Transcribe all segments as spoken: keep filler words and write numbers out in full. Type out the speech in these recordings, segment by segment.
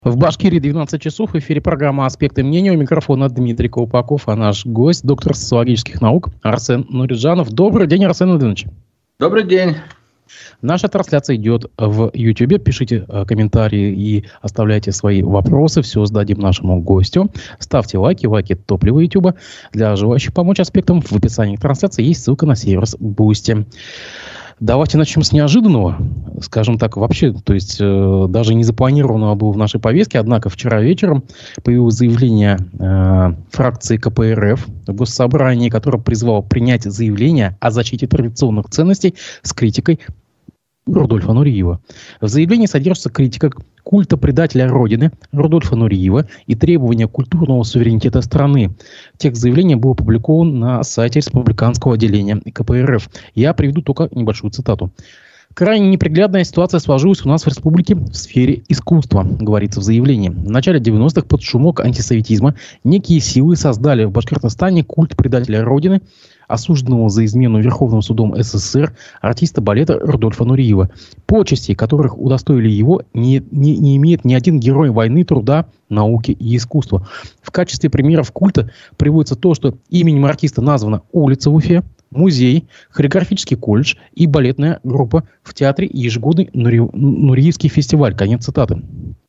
В Башкирии двенадцать часов. В эфире программа «Аспекты мнения». У микрофона Дмитрий Колпаков, а наш гость, доктор социологических наук Арсен Нуриджанов. Добрый день, Арсен Владимирович. Добрый день. Наша трансляция идет в Ютьюбе. Пишите э, комментарии и оставляйте свои вопросы. Все сдадим нашему гостю. Ставьте лайки. Лайки – это топливо Ютуба. Для желающих помочь аспектам в описании трансляции есть ссылка на сервис Boosty. Давайте начнем с неожиданного, скажем так, вообще, то есть э, даже не запланированного было в нашей повестке, однако вчера вечером появилось заявление э, фракции ка пэ эр эф в Госсобрании, которое призвало принять заявление о защите традиционных ценностей с критикой Рудольфа Нуриева. В заявлении содержится критика культа предателя Родины Рудольфа Нуриева и требования культурного суверенитета страны. Текст заявления был опубликован на сайте республиканского отделения ка пэ эр эф. Я приведу только небольшую цитату. «Крайне неприглядная ситуация сложилась у нас в республике в сфере искусства», говорится в заявлении. В начале девяностых под шумок антисоветизма некие силы создали в Башкортостане культ предателя Родины, осужденного за измену Верховным судом эс эс эс эр артиста балета Рудольфа Нуриева. Почестей, которых удостоили его, не, не, не имеет ни один герой войны, труда, науки и искусства. В качестве примеров культа приводится то, что именем артиста названа улица в Уфе, музей, хореографический колледж и балетная группа в театре и ежегодный Нури... Нуриевский фестиваль. Конец цитаты.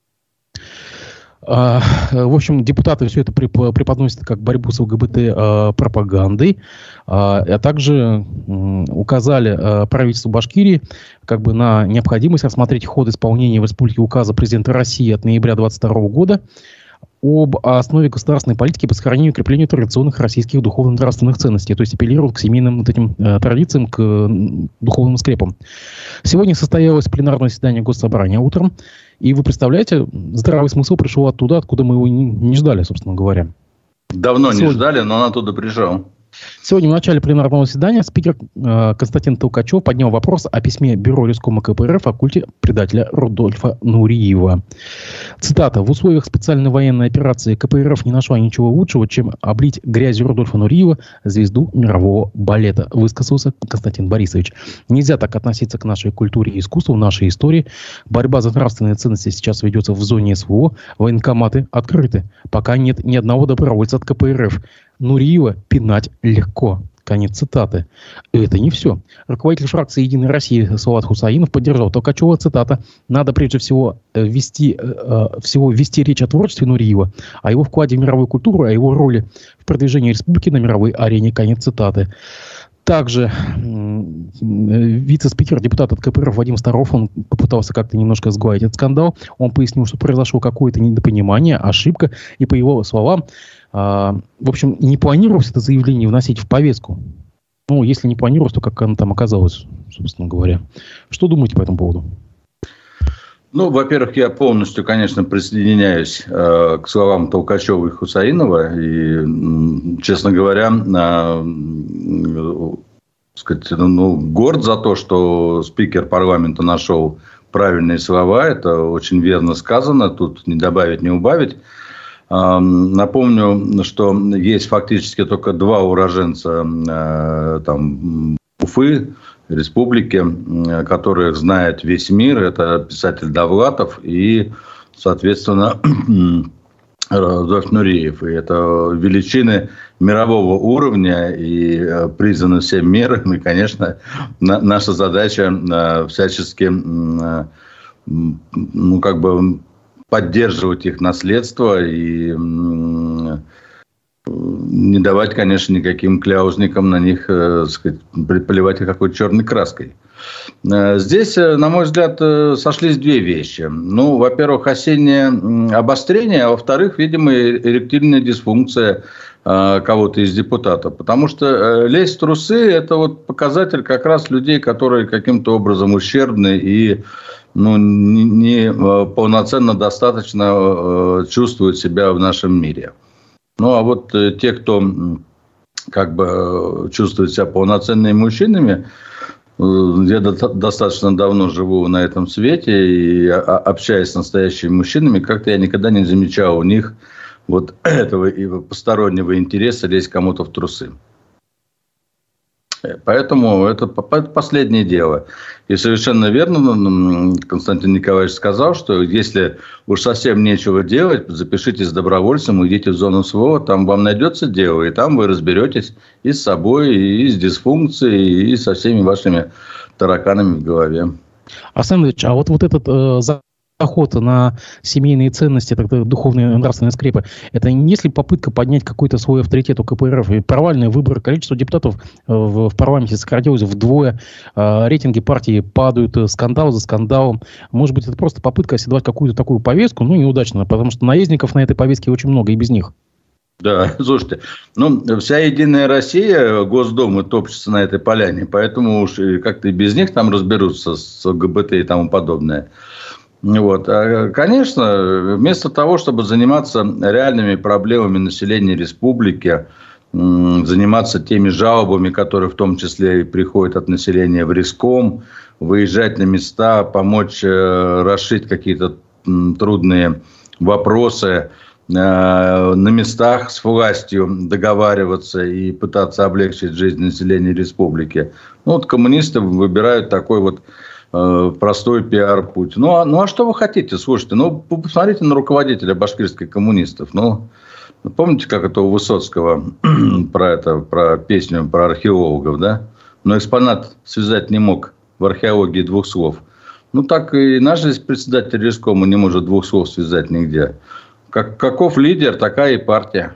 В общем, депутаты все это преподносят как борьбу с эл гэ бэ тэ пропагандой, а также указали правительству Башкирии как бы на необходимость рассмотреть ход исполнения в республике указа президента России от ноября две тысячи двадцать второго года об основе государственной политики по сохранению и укреплению традиционных российских духовно-нравственных ценностей, то есть апеллируют к семейным вот этим э, традициям, к э, духовным скрепам. Сегодня состоялось пленарное заседание Госсобрания утром, и вы представляете, здравый смысл пришел оттуда, откуда мы его не, не ждали, собственно говоря. Давно Сегодня... не ждали, но он оттуда пришел. Сегодня в начале пленарного заседания спикер э, Константин Толкачев поднял вопрос о письме Бюро Рескома ка пэ эр эф о культе предателя Рудольфа Нуриева. Цитата. «В условиях специальной военной операции ка пэ эр эф не нашла ничего лучшего, чем облить грязью Рудольфа Нуриева, звезду мирового балета», высказался Константин Борисович. «Нельзя так относиться к нашей культуре и искусству, нашей истории. Борьба за нравственные ценности сейчас ведется в зоне эс вэ о. Военкоматы открыты. Пока нет ни одного добровольца от ка пэ эр эф. Нуриева пинать легко». Конец цитаты. Это не все. Руководитель фракции «Единой России» Салават Хусаинов поддержал Толкачева. Цитата. «Надо прежде всего вести, э, всего вести речь о творчестве Нуриева, о его вкладе в мировую культуру, о его роли в продвижении республики на мировой арене». Конец цитаты. Также вице-спикер, депутат от ка пэ эр эф Вадим Старов, он попытался как-то немножко сгладить этот скандал. Он пояснил, что произошло какое-то недопонимание, ошибка. И по его словам, а, в общем, не планировалось это заявление вносить в повестку. Ну, если не планировалось, то как оно там оказалось, собственно говоря. Что думаете по этому поводу? Ну, во-первых, я полностью, конечно, присоединяюсь э, к словам Толкачева и Хусаинова. И, честно говоря, э, э, сказать, ну, горд за то, что спикер парламента нашел правильные слова. Это очень верно сказано. Тут не добавить, не убавить. Э, напомню, что есть фактически только два уроженца э, там, Уфы, республики, которых знает весь мир. Это писатель Довлатов и, соответственно, Рудольф Нуриев. И это величины мирового уровня и признаны всем миром. И, конечно, наша задача всячески, ну, как бы поддерживать их наследство и не давать, конечно, никаким кляузникам на них, э, сказать, поливать их какой-то черной краской. Э, здесь, на мой взгляд, сошлись две вещи. Ну, во-первых, осеннее обострение, а во-вторых, видимо, эректильная дисфункция э, кого-то из депутатов. Потому что э, лезть в трусы – это вот показатель как раз людей, которые каким-то образом ущербны и ну, не, не полноценно достаточно э, чувствуют себя в нашем мире. Ну, а вот э, те, кто как бы чувствует себя полноценными мужчинами, э, я до- достаточно давно живу на этом свете и а, общаясь с настоящими мужчинами, как-то я никогда не замечал у них вот этого и постороннего интереса лезть кому-то в трусы. Поэтому это последнее дело. И совершенно верно Константин Николаевич сказал, что если уж совсем нечего делать, запишитесь добровольцем, идите в зону СВО, там вам найдется дело, и там вы разберетесь и с собой, и с дисфункцией, и со всеми вашими тараканами в голове. Арсен Ильич, а вот, вот этот э, заход на семейные ценности, так, духовные нравственные скрепы, это не если попытка поднять какой-то свой авторитет у ка пэ эр эф, и провальный выбор, количество депутатов в, в парламенте сократилось вдвое, э, рейтинги партии падают, скандал за скандалом. Может быть, это просто попытка оседлать какую-то такую повестку, ну, неудачно, потому что наездников на этой повестке очень много и без них. Да, слушайте, ну, вся Единая Россия, Госдума топчется на этой поляне, поэтому уж как-то и без них там разберутся с эл гэ бэ тэ и тому подобное. Вот. А, конечно, вместо того, чтобы заниматься реальными проблемами населения республики, заниматься теми жалобами, которые в том числе и приходят от населения в риском, выезжать на места, помочь расшить какие-то трудные вопросы, на местах с властью договариваться и пытаться облегчить жизнь населения республики. Ну, вот коммунисты выбирают такой вот э, простой пиар-путь. Ну а, ну, а что вы хотите? Слушайте, ну, посмотрите на руководителя башкирских коммунистов. Ну, помните, как это у Высоцкого про, это, про песню про археологов, да? Но экспонат связать не мог в археологии двух слов. Ну, так и наш здесь председатель Рискома не может двух слов связать нигде. Как, каков лидер, такая и партия.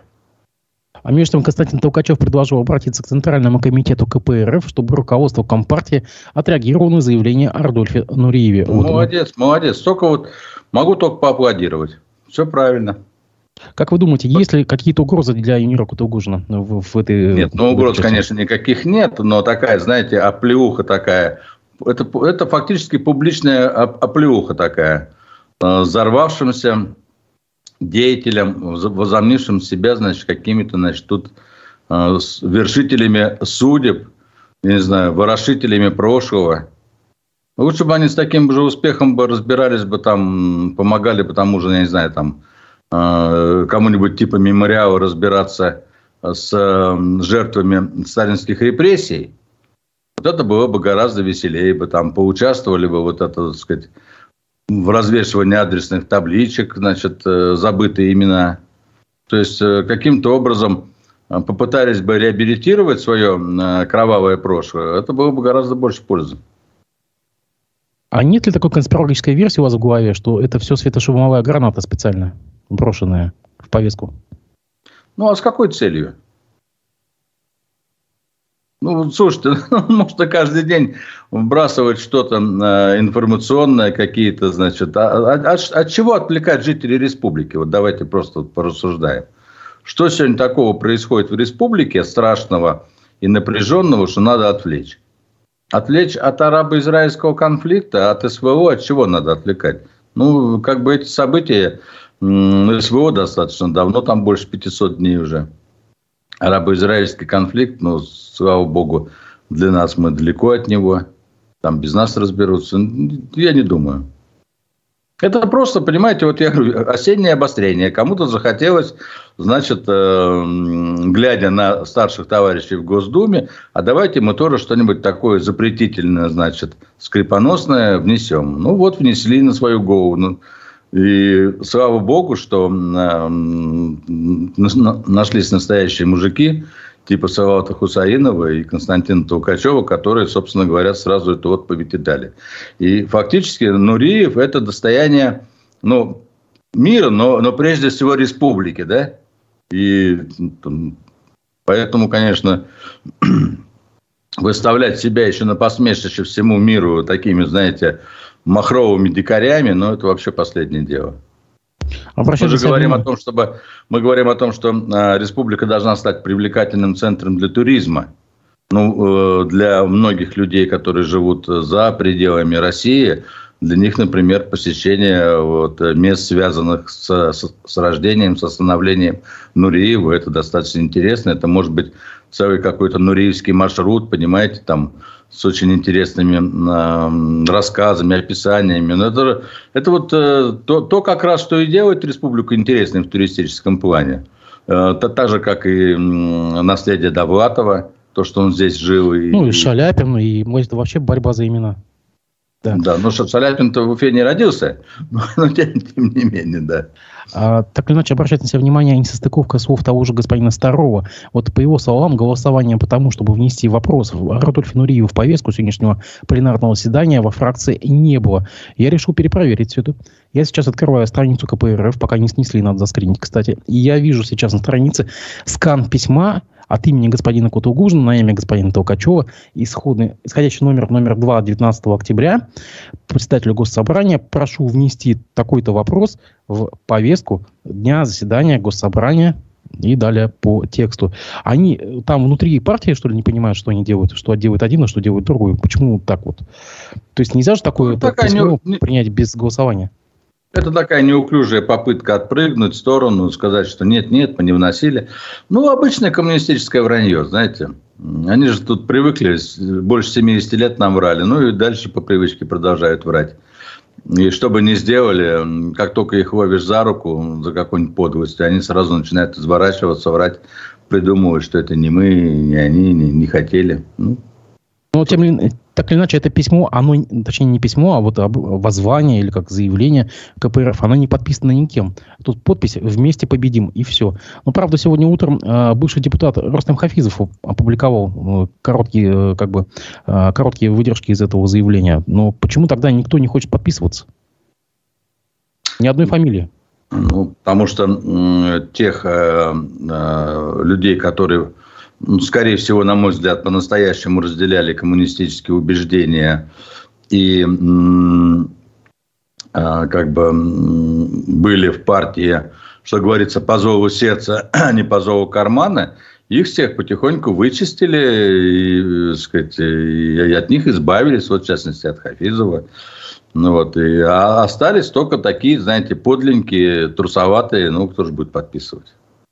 А между тем Константин Толкачев предложил обратиться к Центральному комитету ка пэ эр эф, чтобы руководство Компартии отреагировало на заявление о Радольфе Нуриеве. Молодец, вот. молодец. Только вот могу только поаплодировать. Все правильно. Как вы думаете, есть ли какие-то угрозы для Юнира Кутугужина в, в этой... Нет, ну угроз, конечно, никаких нет, но такая, знаете, оплеуха такая. Это, это фактически публичная оплеуха такая. Взорвавшимся деятелям, возомнившим себя, значит, какими-то, значит, тут э, вершителями судеб, не знаю, ворошителями прошлого. Лучше бы они с таким же успехом бы разбирались бы там, помогали бы тому же, я не знаю, там, э, кому-нибудь типа мемориала разбираться с э, жертвами сталинских репрессий. Вот это было бы гораздо веселее, бы там поучаствовали бы вот это, так сказать, в развешивании адресных табличек, значит, забытые имена. То есть, каким-то образом попытались бы реабилитировать свое кровавое прошлое, это было бы гораздо больше пользы. А нет ли такой конспирологической версии у вас в голове, что это все светошумовая граната специально брошенная в повестку? Ну, а с какой целью? Ну, слушайте, можно каждый день вбрасывать что-то информационное, какие-то, значит... А, от, от чего отвлекать жителей республики? Вот давайте просто порассуждаем. Что сегодня такого происходит в республике страшного и напряженного, что надо отвлечь? Отвлечь от арабо-израильского конфликта, от эс вэ о, от чего надо отвлекать? Ну, как бы эти события, эс вэ о достаточно давно, там больше пятисот дней уже. Арабо-израильский конфликт, ну, слава богу, для нас мы далеко от него. Там без нас разберутся. Я не думаю. Это просто, понимаете, вот я говорю, осеннее обострение. Кому-то захотелось, значит, э, глядя на старших товарищей в Госдуме, а давайте мы тоже что-нибудь такое запретительное, значит, скрипоносное внесем. Ну, вот внесли на свою голову. Ну, и слава богу, что э, нашлись настоящие мужики, типа Салавата Хусаинова и Константина Толкачева, которые, собственно говоря, сразу эту отповедь и дали. И фактически Нуриев – это достояние, ну, мира, но, но прежде всего республики, да? И поэтому, конечно, выставлять себя еще на посмешище всему миру такими, знаете, махровыми дикарями, но это вообще последнее дело. Мы же говорим о том, чтобы, мы говорим о том, что а, республика должна стать привлекательным центром для туризма. Ну, э, для многих людей, которые живут за пределами России, для них, например, посещение вот, мест, связанных с, с, с рождением, с становлением Нуриева, это достаточно интересно. Это может быть целый какой-то нуриевский маршрут, понимаете, там, с очень интересными э, рассказами, описаниями. Но это, это вот э, то, то, как раз, что и делает республику интересной в туристическом плане. Э, так же, как и э, наследие Довлатова. то, что он здесь жил. И, ну, и Шаляпин, и может, вообще борьба за имена. Да, да, ну что, Шаляпин-то в Уфе не родился, но тем, тем не менее, да. А, так или иначе, обращать на себя внимание несостыковка слов того же господина Старова. Вот по его словам, голосование по тому, чтобы внести вопрос Радольфу Нуриеву в повестку сегодняшнего пленарного заседания во фракции не было. Я решил перепроверить все это. Я сейчас открываю страницу ка пэ эр эф, пока не снесли, надо заскринить, кстати. И я вижу сейчас на странице скан письма от имени господина Кутугужина на имя господина Толкачева, исходный, исходящий номер номер два девятнадцатого октября, председателю Госсобрания, прошу внести такой-то вопрос в повестку дня заседания Госсобрания и далее по тексту. Они там внутри партии, что ли, не понимают, что они делают, что делают один, а что делают другой. Почему так вот? То есть нельзя же такое ну, письмо не... принять без голосования? Это такая неуклюжая попытка отпрыгнуть в сторону, сказать, что нет-нет, мы не вносили. Ну, обычное коммунистическое вранье, знаете. Они же тут привыкли, больше семьдесят лет нам врали, ну и дальше по привычке продолжают врать. И что бы ни сделали, как только их ловишь за руку за какую-нибудь подлость, они сразу начинают изворачиваться, врать, придумывать, что это не мы, не они, не, не хотели. Ну. Но, тем не менее, так или иначе, это письмо, оно, точнее, не письмо, а вот воззвание или как заявление ка пэ эр эф, оно не подписано никем. Тут подпись «Вместе победим» и все. Но, правда, сегодня утром э, бывший депутат Рустем Хафизов опубликовал э, короткие, э, как бы, э, короткие выдержки из этого заявления. Но почему тогда никто не хочет подписываться? Ни одной фамилии. Ну, потому что э, тех э, э, людей, которые... скорее всего, на мой взгляд, по-настоящему разделяли коммунистические убеждения и м- а, как бы м- были в партии, что говорится, по зову сердца, а не по зову кармана, их всех потихоньку вычистили, и, сказать, и от них избавились, вот в частности от Хафизова. Ну, вот, и, а остались только такие, знаете, подленькие, трусоватые, ну, кто же будет подписывать?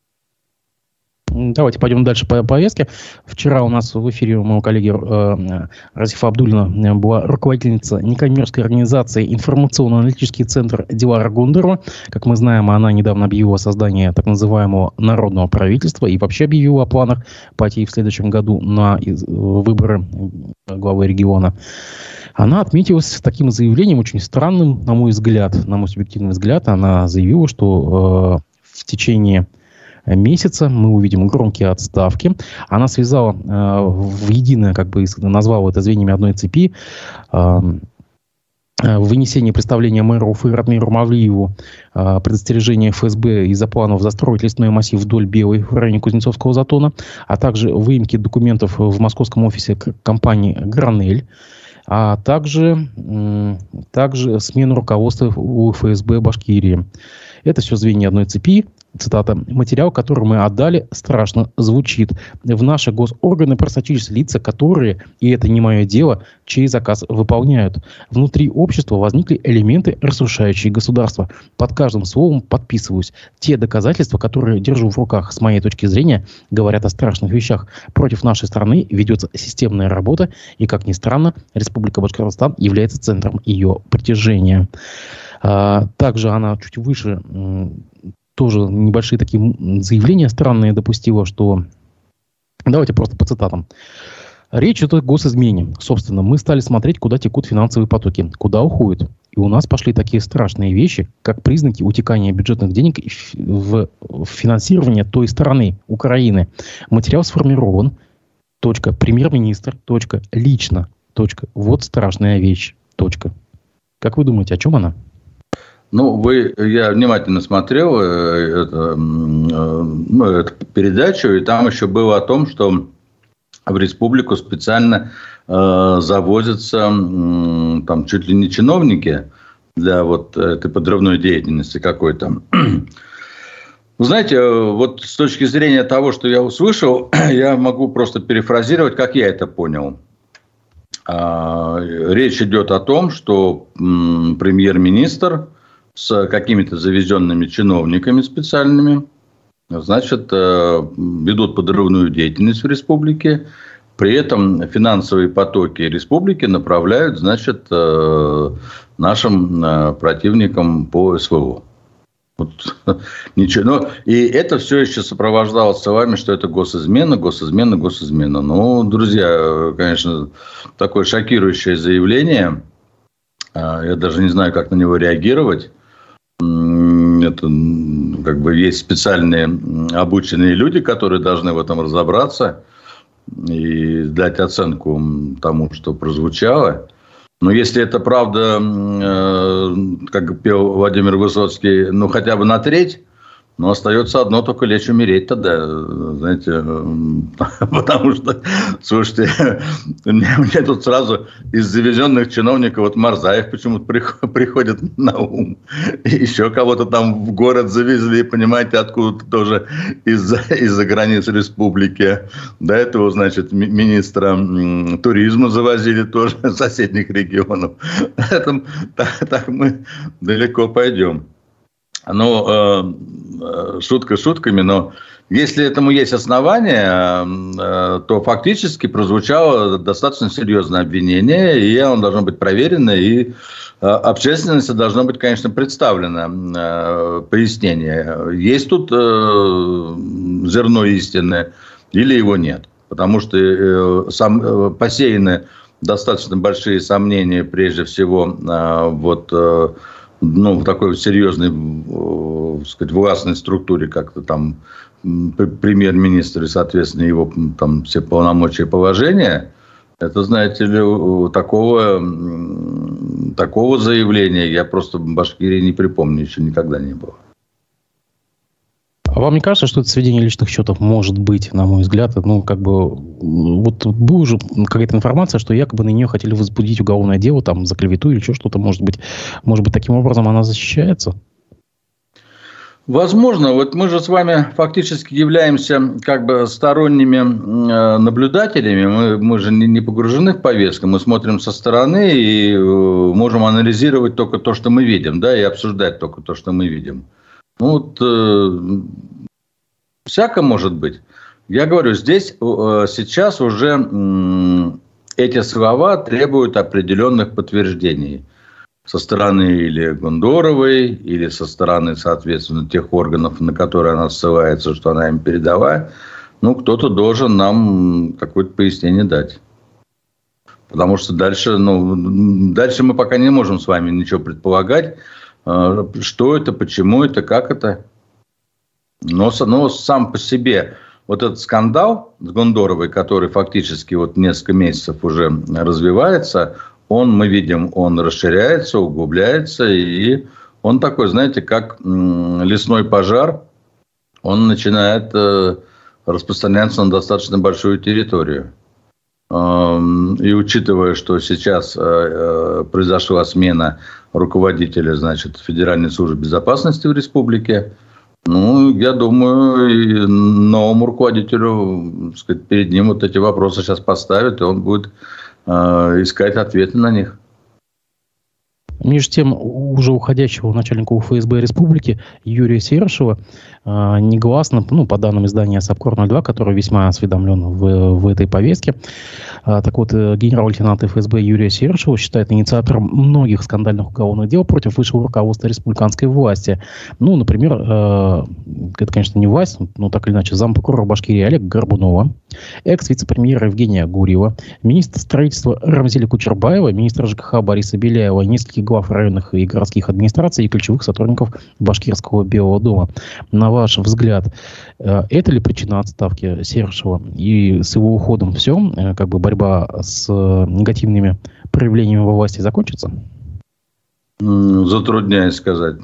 Давайте пойдем дальше по повестке. Вчера у нас в эфире у моего коллеги э, Разифа Абдуллина была руководительница некоммерческой организации «Информационно-аналитический центр Дилара Гундерова». Как мы знаем, она недавно объявила о создании так называемого народного правительства и вообще объявила о планах пойти в следующем году на выборы главы региона. Она отметилась таким заявлением, очень странным, на мой взгляд, на мой субъективный взгляд. Она заявила, что э, в течение месяца мы увидим громкие отставки. Она связала э, в единое, как бы назвала это звеньями одной цепи, э, вынесение представления мэра Уфы Ратмиру Мавлиеву, э, предостережение эф эс бэ из-за планов застроить лесной массив вдоль Белой в районе Кузнецовского затона, а также выемки документов в московском офисе компании «Гранель», а также, э, также смену руководства у эф эс бэ Башкирии. Это все звенья одной цепи. Цитата. «Материал, который мы отдали, страшно звучит. В наши госорганы просочились лица, которые, и это не мое дело, чей заказ выполняют. Внутри общества возникли элементы, разрушающие государство. Под каждым словом подписываюсь. Те доказательства, которые держу в руках, с моей точки зрения, говорят о страшных вещах. Против нашей страны ведется системная работа, и, как ни странно, Республика Башкортостан является центром ее притяжения». А, также она чуть выше... тоже небольшие такие заявления странные допустила, что... Давайте просто по цитатам. «Речь идет о госизмене. Собственно, мы стали смотреть, куда текут финансовые потоки, куда уходят. И у нас пошли такие страшные вещи, как признаки утекания бюджетных денег в финансирование той стороны, Украины. Материал сформирован. Точка. Премьер-министр. Точка. Лично. Точка. Вот страшная вещь. Точка». Как вы думаете, о чем она? Ну, вы, я внимательно смотрел это, ну, эту передачу, и там еще было о том, что в республику специально э, завозятся э, там чуть ли не чиновники для вот этой подрывной деятельности какой-то. Вы знаете, вот с точки зрения того, что я услышал, я могу просто перефразировать, как я это понял. Речь идет о том, что м, премьер-министр с какими-то завезенными чиновниками специальными, значит, ведут подрывную деятельность в республике. При этом финансовые потоки республики направляют, значит, нашим противникам по эс вэ о. Вот, ничего. Но и это все еще сопровождалось словами, что это госизмена, госизмена, госизмена. Ну, друзья, конечно, такое шокирующее заявление. Я даже не знаю, как на него реагировать. Это, как бы, есть специальные обученные люди, которые должны в этом разобраться и дать оценку тому, что прозвучало. Но если это правда, как пел Владимир Высоцкий, ну, хотя бы на треть, но остается одно, только лечь умереть тогда, знаете, потому что, слушайте, мне, мне тут сразу из завезенных чиновников, вот Марзаев почему-то приходит на ум, еще кого-то там в город завезли, понимаете, откуда-то тоже из-за, из-за границ республики. До этого, значит, министра туризма завозили тоже из соседних регионов. Поэтому так, так мы далеко пойдем. Ну, э, шутка шутками, но если этому есть основания, э, то фактически прозвучало достаточно серьезное обвинение, и оно должно быть проверено, и э, общественности должно быть, конечно, представлено э, пояснение, есть тут э, зерно истины или его нет. Потому что э, сам, э, посеяны достаточно большие сомнения, прежде всего, э, вот... Э, ну, в такой серьезной, так сказать, властной структуре, как-то там премьер-министр и, соответственно, его там все полномочия и положения, это, знаете ли, такого, такого заявления я просто в Башкирии не припомню, еще никогда не было. А вам не кажется, что это сведение личных счетов может быть, на мой взгляд, ну, как бы, вот была уже какая-то информация, что якобы на нее хотели возбудить уголовное дело, там, за клевету или еще что-то, может быть, может быть, таким образом она защищается? Возможно. Вот мы же с вами фактически являемся как бы сторонними наблюдателями, мы, мы же не, не погружены в повестку, мы смотрим со стороны и можем анализировать только то, что мы видим, да, и обсуждать только то, что мы видим. Ну, вот, э, всяко может быть. Я говорю, здесь э, сейчас уже э, эти слова требуют определенных подтверждений со стороны или Гондоровой, или со стороны, соответственно, тех органов, на которые она ссылается, что она им передала. Ну, кто-то должен нам какое-то пояснение дать. Потому что дальше, ну, дальше мы пока не можем с вами ничего предполагать. Что это, почему это, как это. Но, но сам по себе вот этот скандал с Гондоровой, который фактически вот несколько месяцев уже развивается, он, мы видим, он расширяется, углубляется. И он такой, знаете, как лесной пожар. Он начинает распространяться на достаточно большую территорию. И учитывая, что сейчас произошла смена руководителя, значит, Федеральной службы безопасности в республике, ну, я думаю, и новому руководителю, так сказать, перед ним вот эти вопросы сейчас поставят, и он будет э, искать ответы на них. Между тем, уже уходящего начальника У Эф Эс Бэ республики Юрия Серышева э, негласно, ну, по данным издания Сапкор ноль два, который весьма осведомлен в, в этой повестке, э, так вот, э, генерал-лейтенант Эф Эс Бэ Юрия Серышева считает инициатором многих скандальных уголовных дел против высшего руководства республиканской власти. Ну, например, э, это, конечно, не власть, но так или иначе, зампрокурора Башкирии Олега Горбунова, экс-вице-премьера Евгения Гурьева, министр строительства Рамзеля Кучербаева, министра Ж К Х Бориса Беляева, нескольких глав районных и городских администраций и ключевых сотрудников Башкирского Белого дома. На ваш взгляд, это ли причина отставки Серышева? И с его уходом все, как бы борьба с негативными проявлениями во власти закончится? Затрудняюсь сказать.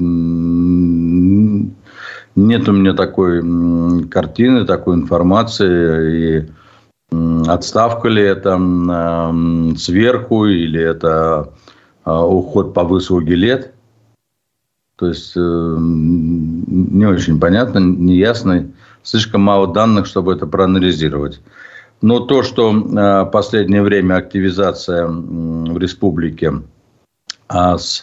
Нет у меня такой картины, такой информации. И отставка ли это сверху, или это уход по выслуге лет. То есть не очень понятно, неясно. Слишком мало данных, чтобы это проанализировать. Но то, что в последнее время активизация в республике с,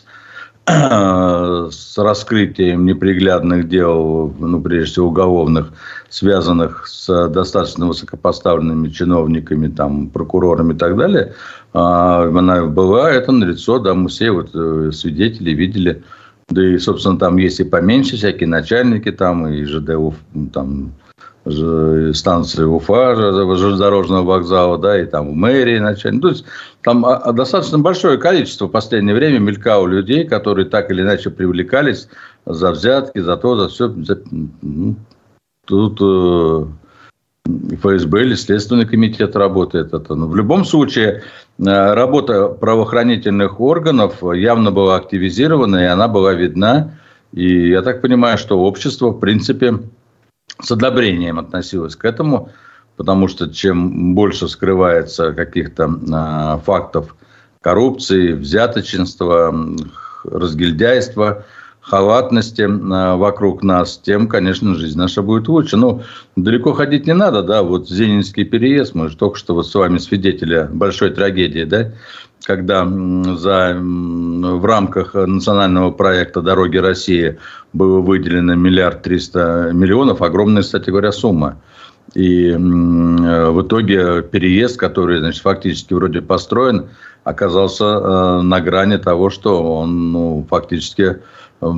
с раскрытием неприглядных дел, ну, прежде всего уголовных, связанных с достаточно высокопоставленными чиновниками, там, прокурорами и так далее, она была, это налицо, да, мы все вот свидетели видели, Да и, собственно, там есть и поменьше всякие начальники, там и ЖД, там, станции Уфа, железнодорожного вокзала, да, и там в мэрии начальник. То есть там достаточно большое количество в последнее время мелькало людей, которые так или иначе привлекались за взятки, за то, за все. За... Тут э, ФСБ или Следственный комитет работает. Это. Но в любом случае, работа правоохранительных органов явно была активизирована, и она была видна. И я так понимаю, что общество, в принципе, с одобрением относилось к этому, потому что чем больше скрывается каких-то а, фактов коррупции, взяточничества, разгильдяйства, халатности а, вокруг нас, тем, конечно, жизнь наша будет лучше. Но далеко ходить не надо, да, вот Зенинский переезд, мы же только что вот с вами свидетели большой трагедии, да, когда за, в рамках национального проекта «Дороги России» было выделено миллиард триста миллионов, огромная, кстати говоря, сумма. И в итоге переезд, который, значит, фактически вроде построен, оказался э, на грани того, что он, ну, фактически э,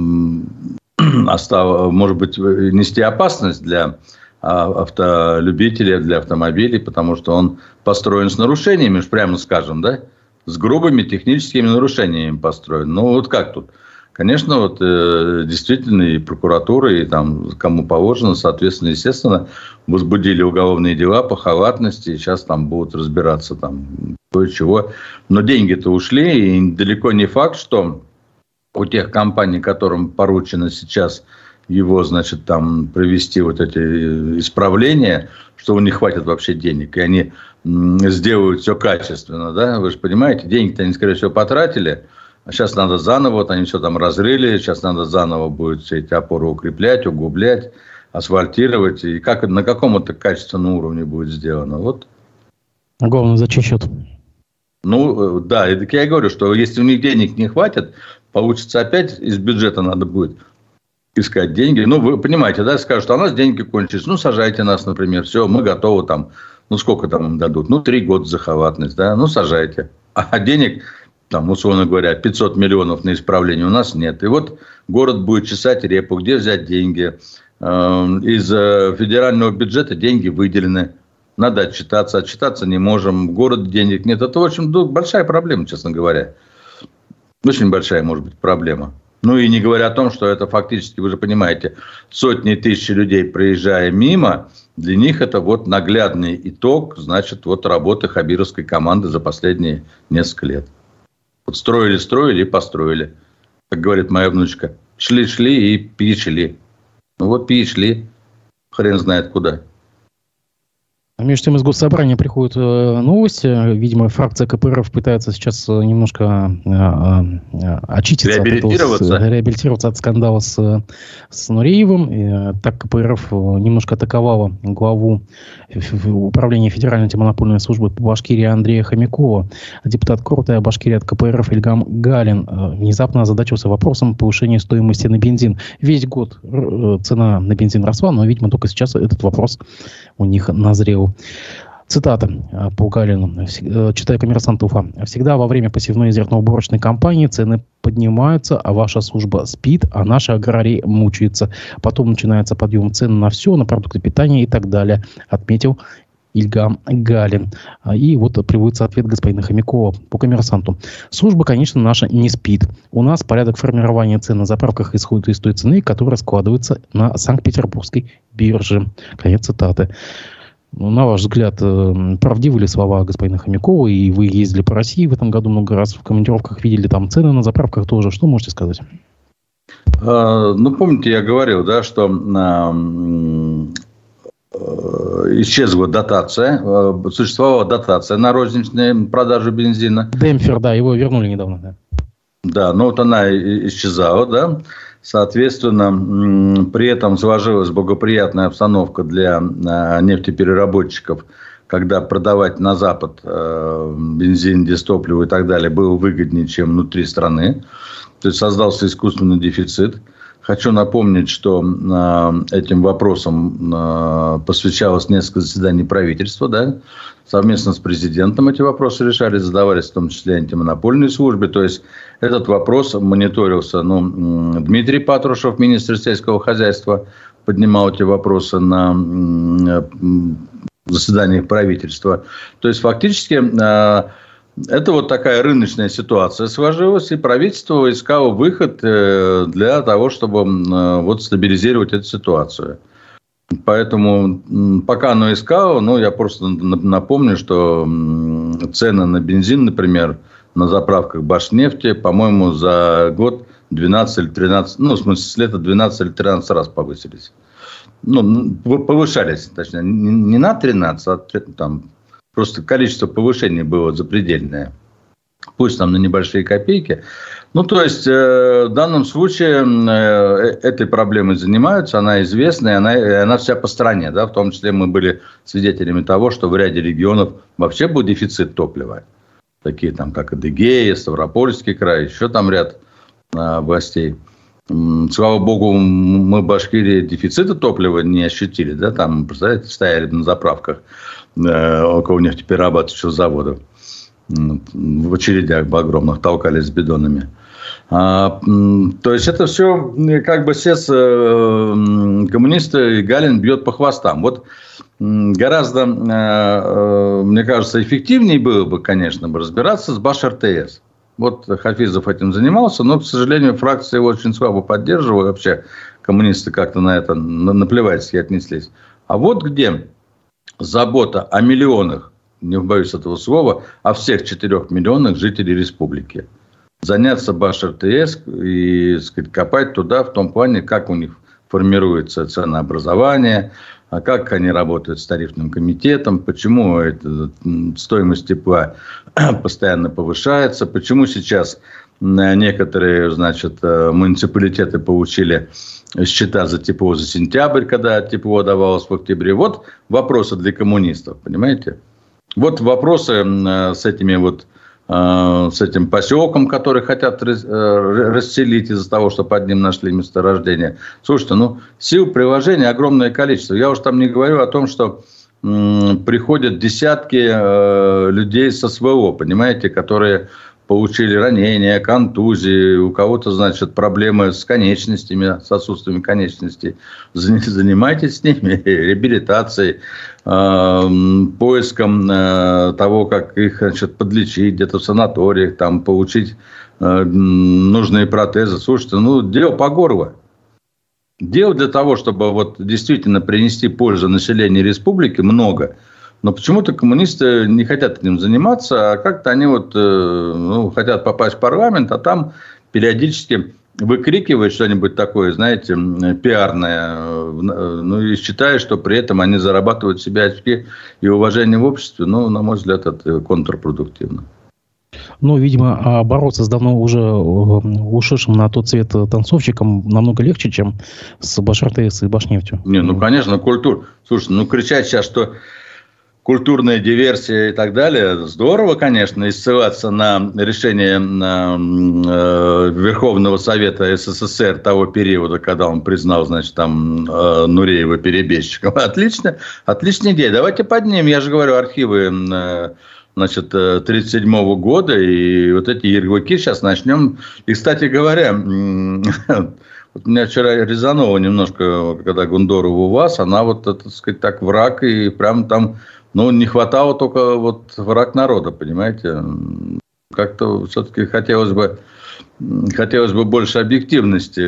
остав, может быть, нести опасность для автолюбителей, для автомобилей, потому что он построен с нарушениями, прямо скажем, да, с грубыми техническими нарушениями построен. Ну, вот как тут? Конечно, вот э, действительно и прокуратура, и там, кому положено, соответственно, естественно, возбудили уголовные дела по халатности, и сейчас там будут разбираться там кое-чего. Но деньги-то ушли, и далеко не факт, что у тех компаний, которым поручено сейчас его, значит, там провести вот эти исправления, что у них хватит вообще денег, и они сделают все качественно, да, вы же понимаете, деньги-то они, скорее всего, потратили, а сейчас надо заново, вот они все там разрыли, сейчас надо заново будет все эти опоры укреплять, углублять, асфальтировать, и как, на каком-то качественном уровне будет сделано, вот. Главное, за чей счет? Ну, да, и так я и говорю, что если у них денег не хватит, получится опять из бюджета надо будет искать деньги. Ну, вы понимаете, да, скажут, а у нас деньги кончились, ну, сажайте нас, например, все, мы готовы там, ну, сколько там им дадут? Ну, три года за халатность, да, ну, сажайте. А денег, там, условно говоря, пятьсот миллионов на исправление у нас нет. И вот город будет чесать репу, где взять деньги. Из федерального бюджета деньги выделены. Надо отчитаться, отчитаться не можем, в городе денег нет. Это, в общем, большая проблема, честно говоря. Очень большая, может быть, проблема. Ну, и не говоря о том, что это фактически, вы же понимаете, сотни тысяч людей, проезжая мимо, для них это вот наглядный итог, значит, вот работы хабировской команды за последние несколько лет. Вот строили, строили и построили. Как говорит моя внучка, шли-шли и перешли. Ну, вот перешли, хрен знает куда. Между тем из Госсобрания приходят э, новости. Видимо, фракция КПРФ пытается сейчас немножко э, э, очиститься, реабилитироваться. От, этого, с, реабилитироваться от скандала с, с Нуреевым. И, э, так КПРФ немножко атаковала главу управления Федеральной антимонопольной службы по Башкирии Андрея Хомякова. Депутат Крутая Башкирии от КПРФ Ильгам Галин э, внезапно озадачился вопросом повышения стоимости на бензин. Весь год э, цена на бензин росла, но, видимо, только сейчас этот вопрос у них назрел. Цитата по Галину. Читаю «Коммерсант Уфа». «Всегда во время посевной зерноуборочной кампании цены поднимаются, а ваша служба спит, а наши аграрии мучаются. Потом начинается подъем цен на все, на продукты питания и так далее», отметил Ильгам Галин. И вот приводится ответ господина Хомякова по «Коммерсанту». «Служба, конечно, наша не спит. У нас порядок формирования цен на заправках исходит из той цены, которая складывается на Санкт-Петербургской бирже». Конец цитаты. На ваш взгляд, правдивы ли слова господина Хомякова? И вы ездили по России в этом году много раз в командировках, видели там цены на заправках тоже. Что можете сказать? Ну, помните, я говорил, да, что исчезла дотация, существовала дотация на розничные продажи бензина. Демпфер, да, его вернули недавно. Да, да, но вот она исчезала, да. Соответственно, при этом сложилась благоприятная обстановка для нефтепереработчиков, когда продавать на Запад бензин, дистопливо и так далее было выгоднее, чем внутри страны. То есть создался искусственный дефицит. Хочу напомнить, что э, этим вопросом э, посвящалось несколько заседаний правительства, да, совместно с президентом эти вопросы решались, задавались в том числе антимонопольной службе. То есть этот вопрос мониторился. Ну, э, Дмитрий Патрушев, министр сельского хозяйства, поднимал эти вопросы на э, заседаниях правительства. То есть фактически э, это вот такая рыночная ситуация сложилась, и правительство искало выход для того, чтобы вот стабилизировать эту ситуацию. Поэтому пока оно искало, ну, я просто напомню, что цены на бензин, например, на заправках Башнефти, по-моему, за год двенадцать или тринадцать, ну, в смысле, с лета двенадцать или тринадцать раз повысились. Ну, повышались, точнее, не на тринадцать, а там... Просто количество повышений было запредельное. Пусть там на небольшие копейки. Ну, то есть, э, в данном случае э, этой проблемой занимаются. Она известна, и она, и она вся по стране. Да? В том числе мы были свидетелями того, что в ряде регионов вообще был дефицит топлива. Такие там, как Адыгея, Ставропольский край, еще там ряд э, областей. Слава богу, мы в Башкирии дефицита топлива не ощутили. Да? Там, представляете, стояли на заправках э, около нефтеперерабатывающего завода. В очередях бы огромных толкались с бидонами. А, то есть это все как бы все э, коммунисты, Галин бьет по хвостам. Вот гораздо, э, мне кажется, эффективнее было бы, конечно, бы разбираться с Баш-эр тэ эс. Вот Хафизов этим занимался, но, к сожалению, фракция его очень слабо поддерживала. Вообще коммунисты как-то на это наплевательски отнеслись. А вот где забота о миллионах, не боюсь этого слова, о всех четырех миллионах жителей республики. Заняться Баш-эр тэ эс и, так сказать, копать туда в том плане, как у них формируется ценообразование, а как они работают с тарифным комитетом, почему это, стоимость тепла постоянно повышается, почему сейчас некоторые, значит, муниципалитеты получили счета за тепло за сентябрь, когда тепло давалось в октябре. Вот вопросы для коммунистов, понимаете? Вот вопросы с этими вот с этим поселком, который хотят расселить из-за того, что под ним нашли месторождение. Слушайте, ну, сил приложения огромное количество. Я уж там не говорю о том, что м, приходят десятки э, людей с эс вэ о, понимаете, которые получили ранения, контузии, у кого-то, значит, проблемы с конечностями, с отсутствием конечностей. Занимайтесь с ними реабилитацией, поиском того, как их, значит, подлечить где-то в санаториях, там, получить нужные протезы. Слушайте, ну, дело по горло. Дел для того, чтобы вот действительно принести пользу населению республики, много. Но почему-то коммунисты не хотят этим заниматься, а как-то они вот, ну, хотят попасть в парламент, а там периодически выкрикивают что-нибудь такое, знаете, пиарное, ну, и считают, что при этом они зарабатывают себе очки и уважение в обществе. Ну, на мой взгляд, это контрпродуктивно. Ну, видимо, бороться с давно уже ушедшим на тот цвет танцовщиком намного легче, чем с Баш-эр тэ эс и Башнефтью. Не, ну, конечно, культура. Слушай, ну, кричать сейчас, что культурная диверсия и так далее, здорово, конечно, и ссылаться на решение на, э, Верховного Совета эс эс эс эр того периода, когда он признал, значит, там э, Нуреева перебежчиком. Отлично, отличная идея. Давайте поднимем, я же говорю, архивы э, значит, тридцать седьмого года, и вот эти ярлыки сейчас начнем. И, кстати говоря, вот меня вчера резануло немножко, когда Гундорова у вас, она вот, так сказать, так враг, и прям там, ну, не хватало только вот враг народа, понимаете. Как-то все-таки хотелось бы, хотелось бы больше объективности,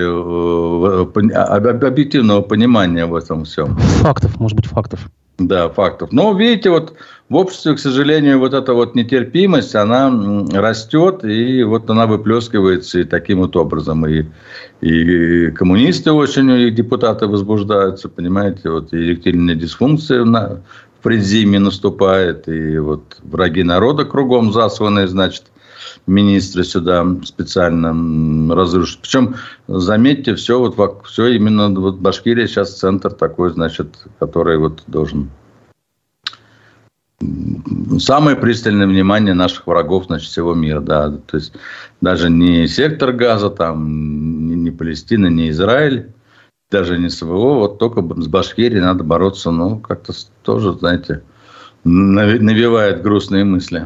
объективного понимания в этом всем. Фактов, может быть, фактов. Да, фактов. Но, видите, вот в обществе, к сожалению, вот эта вот нетерпимость, она растет, и вот она выплескивается и таким вот образом. И, и коммунисты осенью, и депутаты возбуждаются, понимаете, вот и эректильная дисфункция на, в предзимье наступает, и вот враги народа кругом засланные, значит, министры сюда специально разрушат. Причем, заметьте, все, вот, все именно вот Башкирия сейчас центр такой, значит, который вот должен самое пристальное внимание наших врагов, значит, всего мира, да. То есть даже не сектор Газа, там, не, не Палестина, не Израиль, даже не СВО, вот только с Башкирией надо бороться, ну, как-то тоже, знаете, навевает грустные мысли.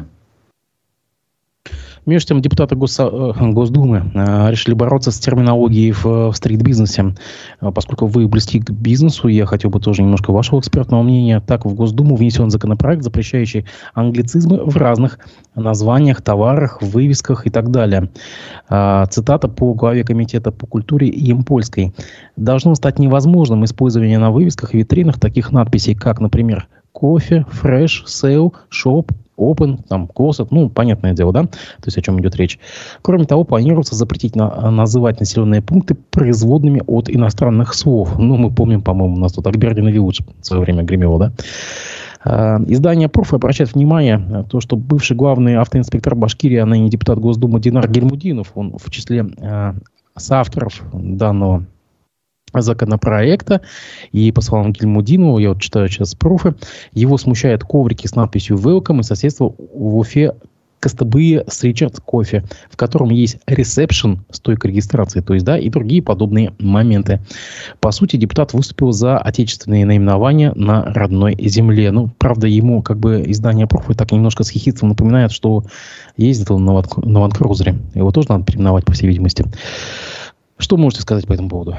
Между тем, депутаты Гос... Госдумы э, решили бороться с терминологией в, в стрит-бизнесе. Поскольку вы близки к бизнесу, я хотел бы тоже немножко вашего экспертного мнения. Так, в Госдуму внесен законопроект, запрещающий англицизмы в разных названиях, товарах, вывесках и так далее. Э, цитата по главе Комитета по культуре Емпольской. «Должно стать невозможным использование на вывесках и витринах таких надписей, как, например, кофе, фреш, сейл, шоп, Open, там, Косот, ну, понятное дело, да? То есть, о чем идет речь. Кроме того, планируется запретить на, называть населенные пункты производными от иностранных слов. Ну, мы помним, по-моему, у нас тут Акбердин и Вилудж в свое время гремело, да? Э, издание «Проф» обращает внимание на то, что бывший главный автоинспектор Башкирии, а ныне депутат Госдумы Динар Гильмудинов, он в числе э, соавторов данного законопроекта. И по словам Гильмудинова, я вот читаю сейчас профы, его смущают коврики с надписью «Welcome» и соседство в Уфе Костабые с Ричард Кофе, в котором есть ресепшн, стойка регистрации, то есть, да, и другие подобные моменты. По сути, депутат выступил за отечественные наименования на родной земле. Ну, правда, ему как бы издание профы так немножко с хихидством напоминает, что ездил на ландкрузере. Его тоже надо переименовать, по всей видимости. Что можете сказать по этому поводу?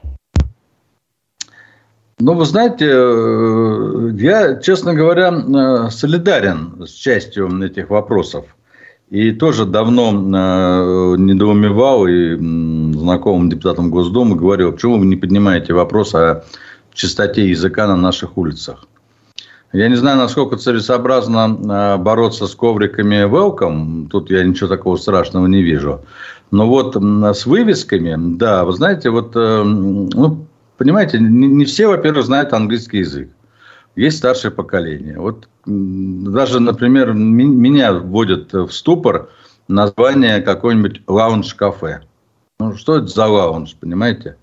Ну, вы знаете, я, честно говоря, солидарен с частью этих вопросов. И тоже давно недоумевал и знакомым депутатам Госдумы говорил, почему вы не поднимаете вопрос о чистоте языка на наших улицах. Я не знаю, насколько целесообразно бороться с ковриками welcome. Тут я ничего такого страшного не вижу. Но вот с вывесками, да, вы знаете, вот, ну, понимаете, не все, во-первых, знают английский язык. Есть старшее поколение. Вот даже, например, меня вводит в ступор название какой-нибудь лаунж-кафе. Ну, что это за лаунж, понимаете?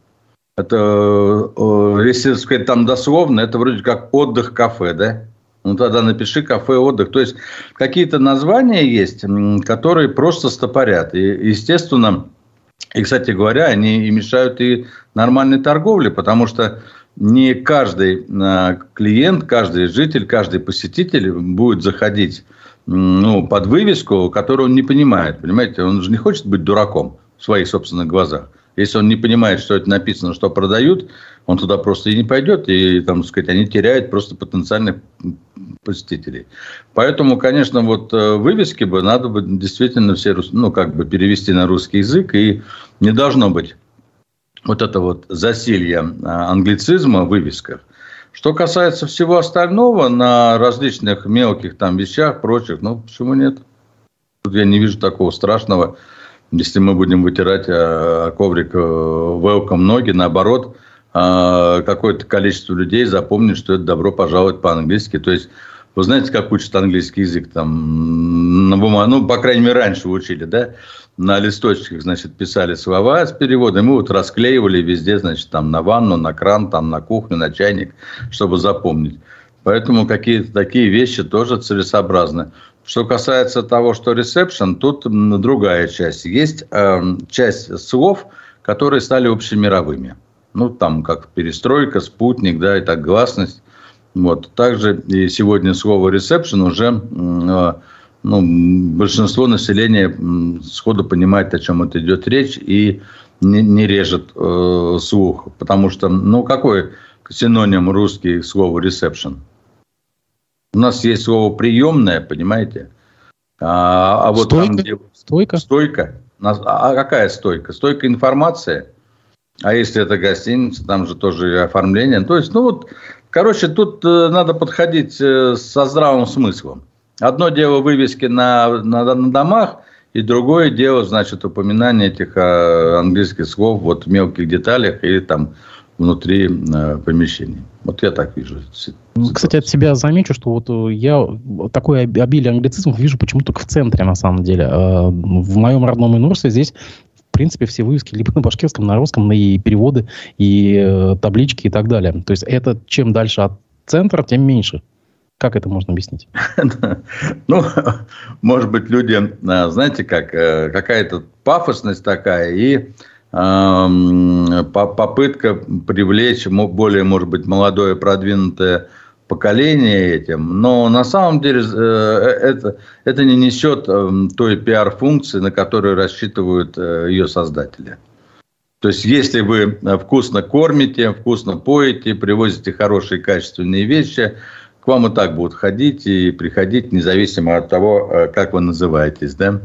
Это, если сказать там дословно, это вроде как отдых-кафе, да? Ну, тогда напиши кафе-отдых. То есть, какие-то названия есть, которые просто стопорят. И, естественно... И, кстати говоря, они и мешают и нормальной торговле, потому что не каждый клиент, каждый житель, каждый посетитель будет заходить, ну, под вывеску, которую он не понимает. Понимаете, он же не хочет быть дураком в своих собственных глазах. Если он не понимает, что это написано, что продают, он туда просто и не пойдет, и, там, сказать, они теряют просто потенциальных посетителей. Поэтому, конечно, вот вывески бы надо бы действительно все, ну, как бы перевести на русский язык, и не должно быть вот это вот засилье англицизма в вывесках. Что касается всего остального, на различных мелких там вещах, прочих, ну, почему нет? Тут я не вижу такого страшного. Если мы будем вытирать о коврик welcome ноги, наоборот, какое-то количество людей запомнит, что это добро пожаловать по-английски. То есть, вы знаете, как учат английский язык там на бумаге, ну, по крайней мере, раньше учили, да, на листочках, значит, писали слова с переводом, мы вот расклеивали везде, значит, там на ванну, на кран, там на кухню, на чайник, чтобы запомнить. Поэтому какие-то такие вещи тоже целесообразны. Что касается того, что ресепшн, тут другая часть. Есть э, часть слов, которые стали общемировыми. Ну, там, как перестройка, спутник, да, и так гласность. Вот. Также и сегодня слово ресепшн уже э, ну, большинство населения сходу понимает, о чем это идет речь, и не, не режет э, слух. Потому что, ну, какой синоним русский слова ресепшн? У нас есть слово приемная, понимаете? А, а вот стойка? Там, где... Стойка? Стойка. А какая стойка? Стойка информации. А если это гостиница, там же тоже и оформление. То есть, ну вот, короче, тут надо подходить со здравым смыслом. Одно дело вывески на, на, на домах, и другое дело, значит, упоминание этих английских слов вот, в мелких деталях или там внутри э, помещений. Вот я так вижу. Кстати, от себя замечу, что вот я такое обилие англицизмов вижу почему-то только в центре, на самом деле. В моем родном Инурсе здесь, в принципе, все вывески либо на башкирском, на русском, и переводы, и таблички, и так далее. То есть, это чем дальше от центра, тем меньше. Как это можно объяснить? Ну, может быть, люди, знаете, как какая-то пафосность такая и попытка привлечь более, может быть, молодое, продвинутое поколение этим. Но на самом деле это, это не несет той пиар-функции, на которую рассчитывают ее создатели. То есть, если вы вкусно кормите, вкусно поете, привозите хорошие качественные вещи, к вам и так будут ходить и приходить, независимо от того, как вы называетесь, да?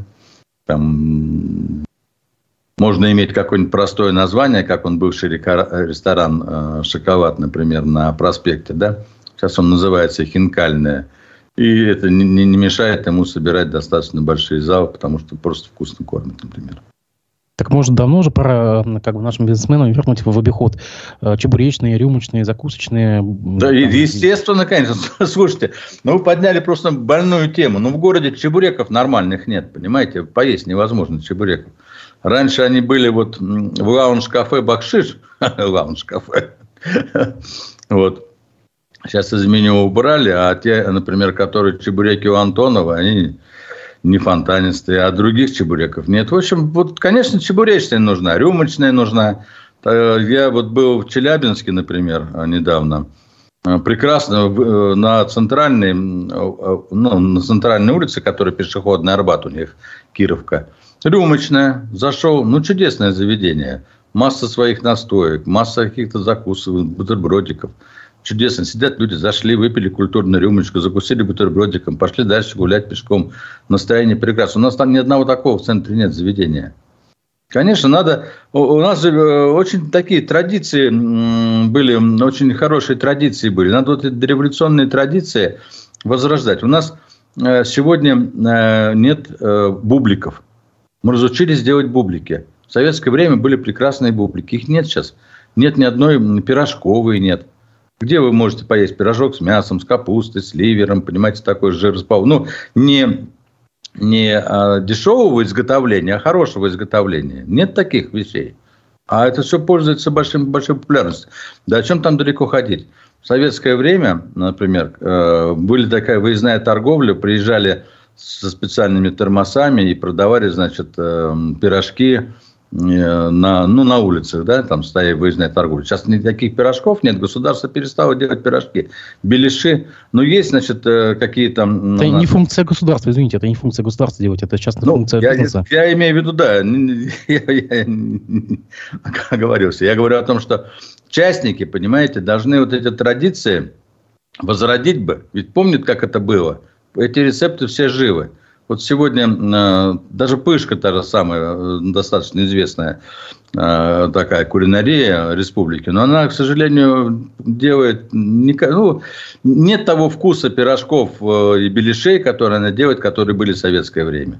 Там можно иметь какое-нибудь простое название, как он бывший ресторан «Шоколад», например, на проспекте, да? Сейчас он называется «Хинкальная». И это не, не мешает ему собирать достаточно большие залы, потому что просто вкусно кормят, например. Так может давно уже пора как бы нашим бизнесменам вернуть в обиход чебуречные, рюмочные, закусочные? Да, там... естественно, конечно. Слушайте, ну вы подняли просто больную тему. Ну в городе чебуреков нормальных нет, понимаете? Поесть невозможно чебуреков. Раньше они были вот в лаунж-кафе «Бакшиш». Лаунж-кафе. Вот. Сейчас из меню убрали, а те, например, которые чебуреки у Антонова, они... не фонтанистые, а других чебуреков нет. В общем, вот, конечно, чебуречная нужна, рюмочная нужна. Я вот был в Челябинске, например, недавно. Прекрасно на центральной, ну, на центральной улице, которая пешеходный Арбат у них, Кировка. Рюмочная. Зашел, ну, чудесное заведение. Масса своих настоек, масса каких-то закусов, бутербродиков. Чудесно. Сидят люди, зашли, выпили культурную рюмочку, закусили бутербродиком, пошли дальше гулять пешком. Настроение прекрасно. У нас там ни одного такого в центре нет заведения. Конечно, надо... У нас же очень такие традиции были, очень хорошие традиции были. Надо вот эти дореволюционные традиции возрождать. У нас сегодня нет бубликов. Мы разучились делать бублики. В советское время были прекрасные бублики. Их нет сейчас. Нет ни одной пирожковой, нет. Где вы можете поесть пирожок с мясом, с капустой, с ливером, понимаете, такой же распал. Ну, не, не а, дешевого изготовления, а хорошего изготовления. Нет таких вещей. А это все пользуется большим, большой популярностью. Да о чем там далеко ходить? В советское время, например, были такая выездная торговля, приезжали со специальными термосами и продавали, значит, пирожки на, ну, на улицах, да, там стояли выездная торговля. Сейчас никаких пирожков нет, государство перестало делать пирожки. Беляши, но есть, значит, какие-то... Это не функция государства, извините, это не функция государства делать, это частная ну, функция я, бизнеса. Я, я имею в виду, да, я, я оговорился. Я говорю о том, что частники, понимаете, должны вот эти традиции возродить бы. Ведь помнят, как это было? Эти рецепты все живы. Вот сегодня э, даже Пышка, та же самая, э, достаточно известная э, такая кулинария республики, но она, к сожалению, делает... Не, ну, нет того вкуса пирожков э, и беляшей, которые она делает, которые были в советское время.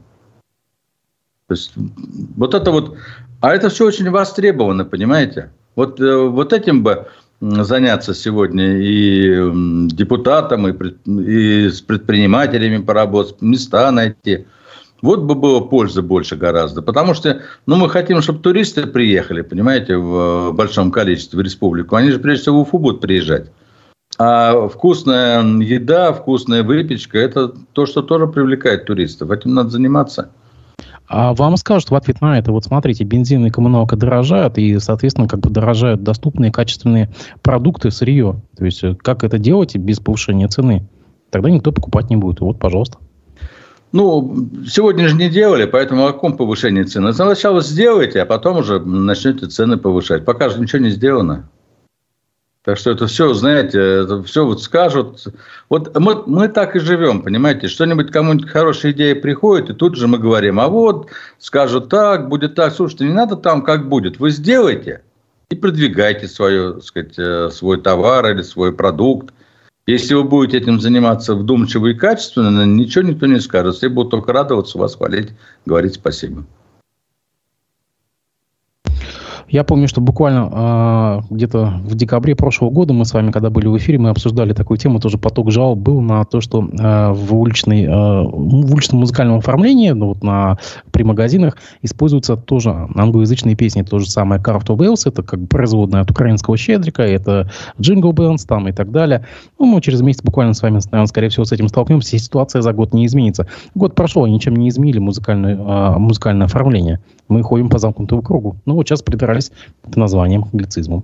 То есть, вот это вот... А это все очень востребовано, понимаете? Вот, э, вот этим бы... заняться сегодня и депутатам, и, пред, и с предпринимателями поработать, места найти. Вот бы было пользы больше гораздо. Потому что ну, мы хотим, чтобы туристы приехали, понимаете, в большом количестве в республику. Они же прежде всего в Уфу будут приезжать. А вкусная еда, вкусная выпечка – это то, что тоже привлекает туристов. Этим надо заниматься. А вам скажут в ответ на это, вот смотрите, бензин и коммуналка дорожают, и, соответственно, как бы дорожают доступные качественные продукты, сырье. То есть, как это делать без повышения цены? Тогда никто покупать не будет. Вот, пожалуйста. Ну, сегодня же не делали, поэтому о каком повышении цены? Сначала сделайте, а потом уже начнете цены повышать. Пока же ничего не сделано. Так что это все, знаете, это все вот скажут. Вот мы, мы так и живем, понимаете. Что-нибудь, кому-нибудь хорошая идея приходит, и тут же мы говорим, а вот скажут так, будет так. Слушайте, не надо там как будет. Вы сделайте и продвигайте свое, так сказать, свой товар или свой продукт. Если вы будете этим заниматься вдумчиво и качественно, ничего никто не скажет. Все будут только радоваться, вас хвалить, говорить спасибо. Я помню, что буквально э, где-то в декабре прошлого года мы с вами, когда были в эфире, мы обсуждали такую тему, тоже поток жалоб был на то, что э, в, уличной, э, в уличном музыкальном оформлении, ну, вот на, при магазинах используются тоже англоязычные песни. То же самое Car to Wales, это как бы производная от украинского щедрика, это Jingle Bells там и так далее. Ну, мы через месяц буквально с вами, наверное, скорее всего, с этим столкнемся, и ситуация за год не изменится. Год прошел, они ничем не изменили музыкальное, э, музыкальное оформление. Мы ходим по замкнутому кругу. Ну, вот сейчас придирались к названиям, к англицизмам.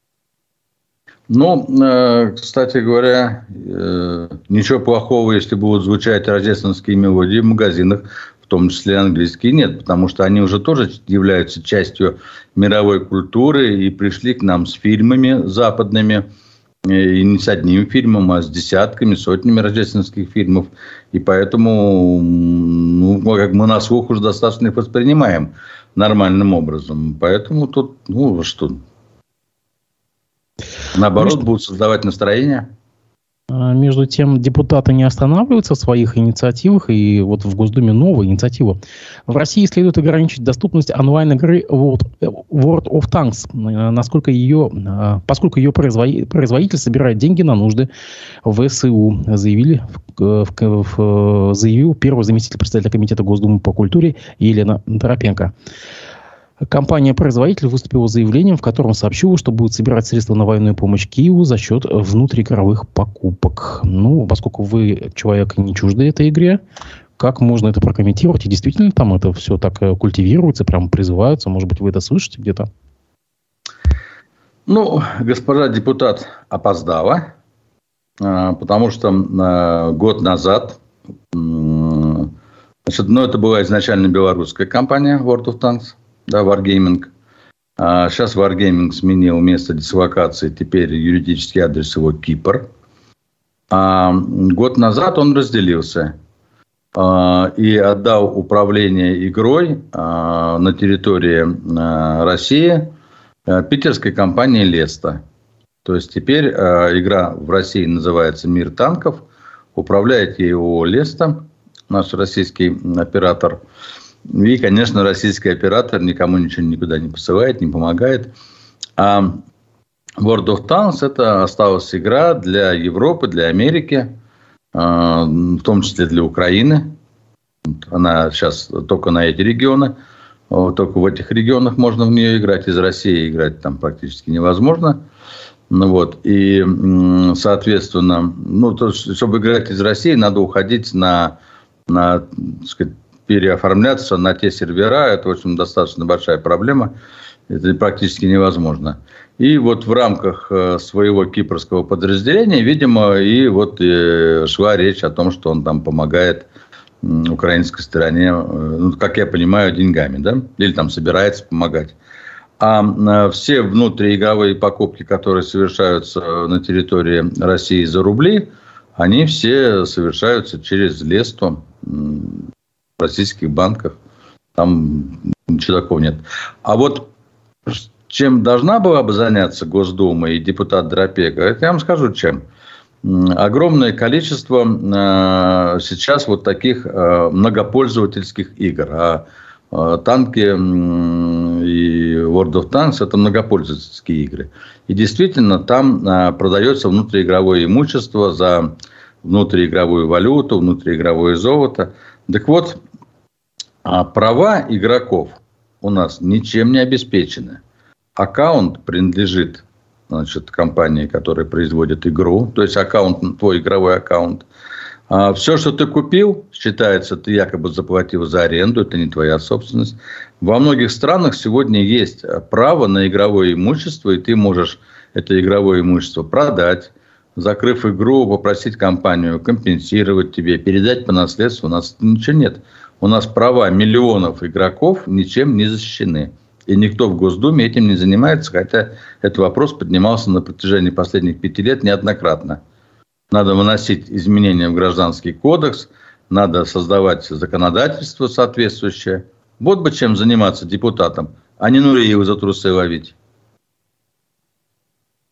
Ну, кстати говоря, ничего плохого, если будут звучать рождественские мелодии в магазинах, в том числе английские, нет. Потому что они уже тоже являются частью мировой культуры и пришли к нам с фильмами западными. И не с одним фильмом, а с десятками, сотнями рождественских фильмов. И поэтому ну, как мы на слух уже достаточно их воспринимаем нормальным образом. Поэтому тут, ну, что, наоборот, между... будут создавать настроение. Между тем, депутаты не останавливаются в своих инициативах, и вот в Госдуме новая инициатива. В России следует ограничить доступность онлайн-игры World of Tanks, насколько ее, поскольку ее производитель собирает деньги на нужды ВСУ, заявили, в, в, заявил первый заместитель председателя Комитета Госдумы по культуре Елена Торопенко. Компания-производитель выступила с заявлением, в котором сообщила, что будет собирать средства на военную помощь Киеву за счет внутриигровых покупок. Ну, поскольку вы человек не чуждый этой игре, как можно это прокомментировать? И действительно там это все так культивируется, прям призываются? Может быть, вы это слышите где-то? Ну, госпожа депутат опоздала, потому что год назад, значит, ну, это была изначально белорусская компания World of Tanks, да, Wargaming. А сейчас Wargaming сменил место дислокации, теперь юридический адрес его Кипр. А год назад он разделился а, и отдал управление игрой а, на территории а, России а, питерской компании Леста. То есть теперь а, игра в России называется «Мир танков», управляет ей ООО «Леста», наш российский оператор. И, конечно, российский оператор никому ничего никуда не посылает, не помогает. А World of Tanks – это осталась игра для Европы, для Америки, в том числе для Украины. Она сейчас только на эти регионы. Только в этих регионах можно в нее играть. Из России играть там практически невозможно. Ну, вот. И, соответственно, ну, то, чтобы играть из России, надо уходить на, на, так сказать, переоформляться на те сервера. Это, в общем, достаточно большая проблема. Это практически невозможно. И вот в рамках своего кипрского подразделения, видимо, и вот и шла речь о том, что он там помогает украинской стороне, ну, как я понимаю, деньгами, да? Или там собирается помогать. А все внутриигровые покупки, которые совершаются на территории России за рубли, они все совершаются через Лесту, в российских банках. Там ничего такого нет. А вот чем должна была бы заняться Госдума и депутат Торопенко, это я вам скажу, чем. Огромное количество э, сейчас вот таких э, многопользовательских игр. А э, танки э, и World of Tanks – это многопользовательские игры. И действительно, там э, продается внутриигровое имущество за внутриигровую валюту, внутриигровое золото. Так вот, права игроков у нас ничем не обеспечены. Аккаунт принадлежит, значит, компании, которая производит игру. То есть, аккаунт, твой игровой аккаунт. А все, что ты купил, считается, ты якобы заплатил за аренду. Это не твоя собственность. Во многих странах сегодня есть право на игровое имущество. И ты можешь это игровое имущество продать. Закрыв игру, попросить компанию компенсировать тебе, передать по наследству. У нас ничего нет. У нас права миллионов игроков ничем не защищены. И никто в Госдуме этим не занимается, хотя этот вопрос поднимался на протяжении последних пяти лет неоднократно. Надо выносить изменения в Гражданский кодекс, надо создавать законодательство соответствующее. Вот бы чем заниматься депутатам, а не Нуриеву за трусы ловить.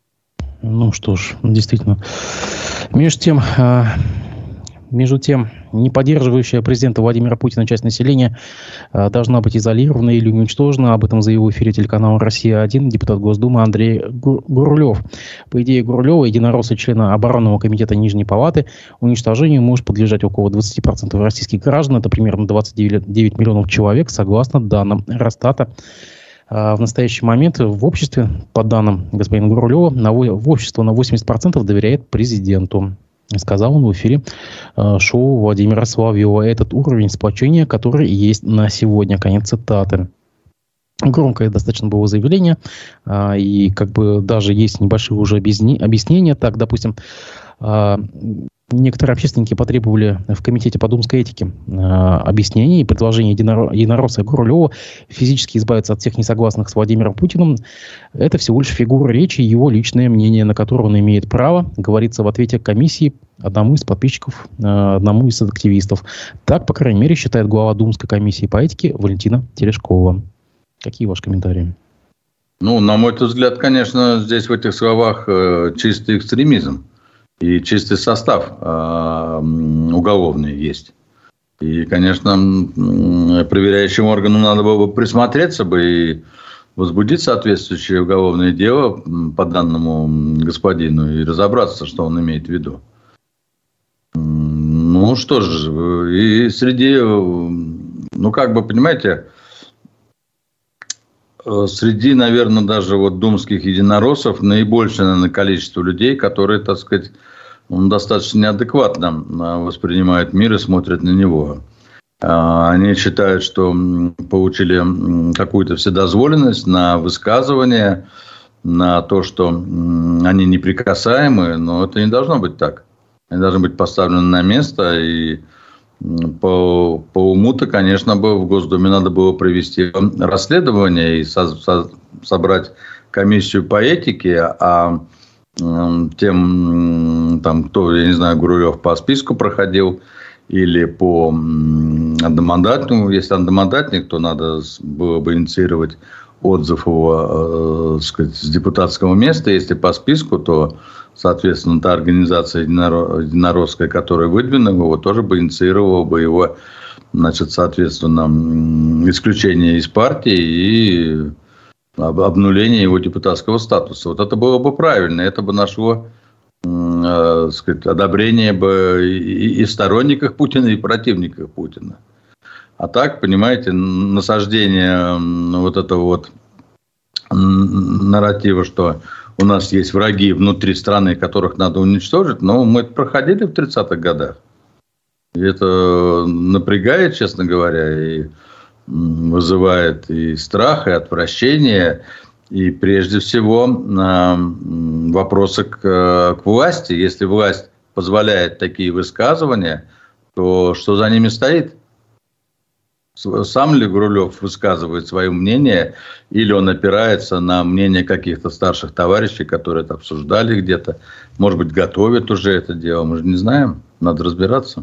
Ну что ж, действительно. Между тем, между тем, Не поддерживающая президента Владимира Путина часть населения э, должна быть изолирована или уничтожена. Об этом заявил в эфире телеканала «Россия-один» депутат Госдумы Андрей Гур- Гурлев. По идее Гурлева, единороссы члена оборонного комитета Нижней Палаты, уничтожению может подлежать около двадцать процентов российских граждан. Это примерно двадцать девять миллионов человек, согласно данным Росстата. В настоящий момент в обществе, по данным господина Гурлева, на, в общество на восемьдесят процентов доверяет президенту. Сказал он в эфире э, шоу Владимира Соловьева. Этот уровень сплочения, который есть на сегодня. Конец цитаты. Громкое достаточно было заявление. Э, и как бы даже есть небольшие уже объясни- объяснения. Так, допустим, э, некоторые общественники потребовали в Комитете по думской этике э, объяснений и предложений единоро- единоросса Гурлева физически избавиться от всех несогласных с Владимиром Путиным. Это всего лишь фигура речи, его личное мнение, на которое он имеет право, говорится в ответе комиссии одному из подписчиков, э, одному из активистов. Так, по крайней мере, считает глава Думской комиссии по этике Валентина Терешкова. Какие ваши комментарии? Ну, на мой взгляд, конечно, здесь в этих словах э, чистый экстремизм. И чистый состав э, уголовный есть. И, конечно, проверяющим органам надо было бы присмотреться бы и возбудить соответствующее уголовное дело по данному господину и разобраться, что он имеет в виду. Ну, что же, и среди, ну, как бы, понимаете, среди, наверное, даже вот думских единороссов наибольшее, наверное, количество людей, которые, так сказать, достаточно неадекватно воспринимают мир и смотрят на него. Они считают, что получили какую-то вседозволенность на высказывание, на то, что они неприкасаемы, но это не должно быть так. Они должны быть поставлены на место, и по, по уму-то, конечно, бы в Госдуме надо было провести расследование и со, со, собрать комиссию по этике, а тем, там, кто, я не знаю, Гурлев по списку проходил или по одномандатнику, если одномандатник, то надо было бы инициировать отзыв его, э, сказать, с депутатского места. Если по списку, то, соответственно, та организация единоросская, которая выдвинула его, тоже бы инициировала бы его, значит, соответственно, исключение из партии и обнуление его депутатского статуса. Вот это было бы правильно, это бы нашло, э, сказать, одобрение бы и, и сторонников Путина, и противников Путина. А так, понимаете, насаждение вот этого вот нарратива, что у нас есть враги внутри страны, которых надо уничтожить, но мы это проходили в тридцатых годах. И это напрягает, честно говоря, и вызывает и страх, и отвращение, и прежде всего вопросы к, к власти. Если власть позволяет такие высказывания, то что за ними стоит? Сам ли Гурлев высказывает свое мнение, или он опирается на мнение каких-то старших товарищей, которые это обсуждали где-то, может быть, готовят уже это дело, мы же не знаем, надо разбираться.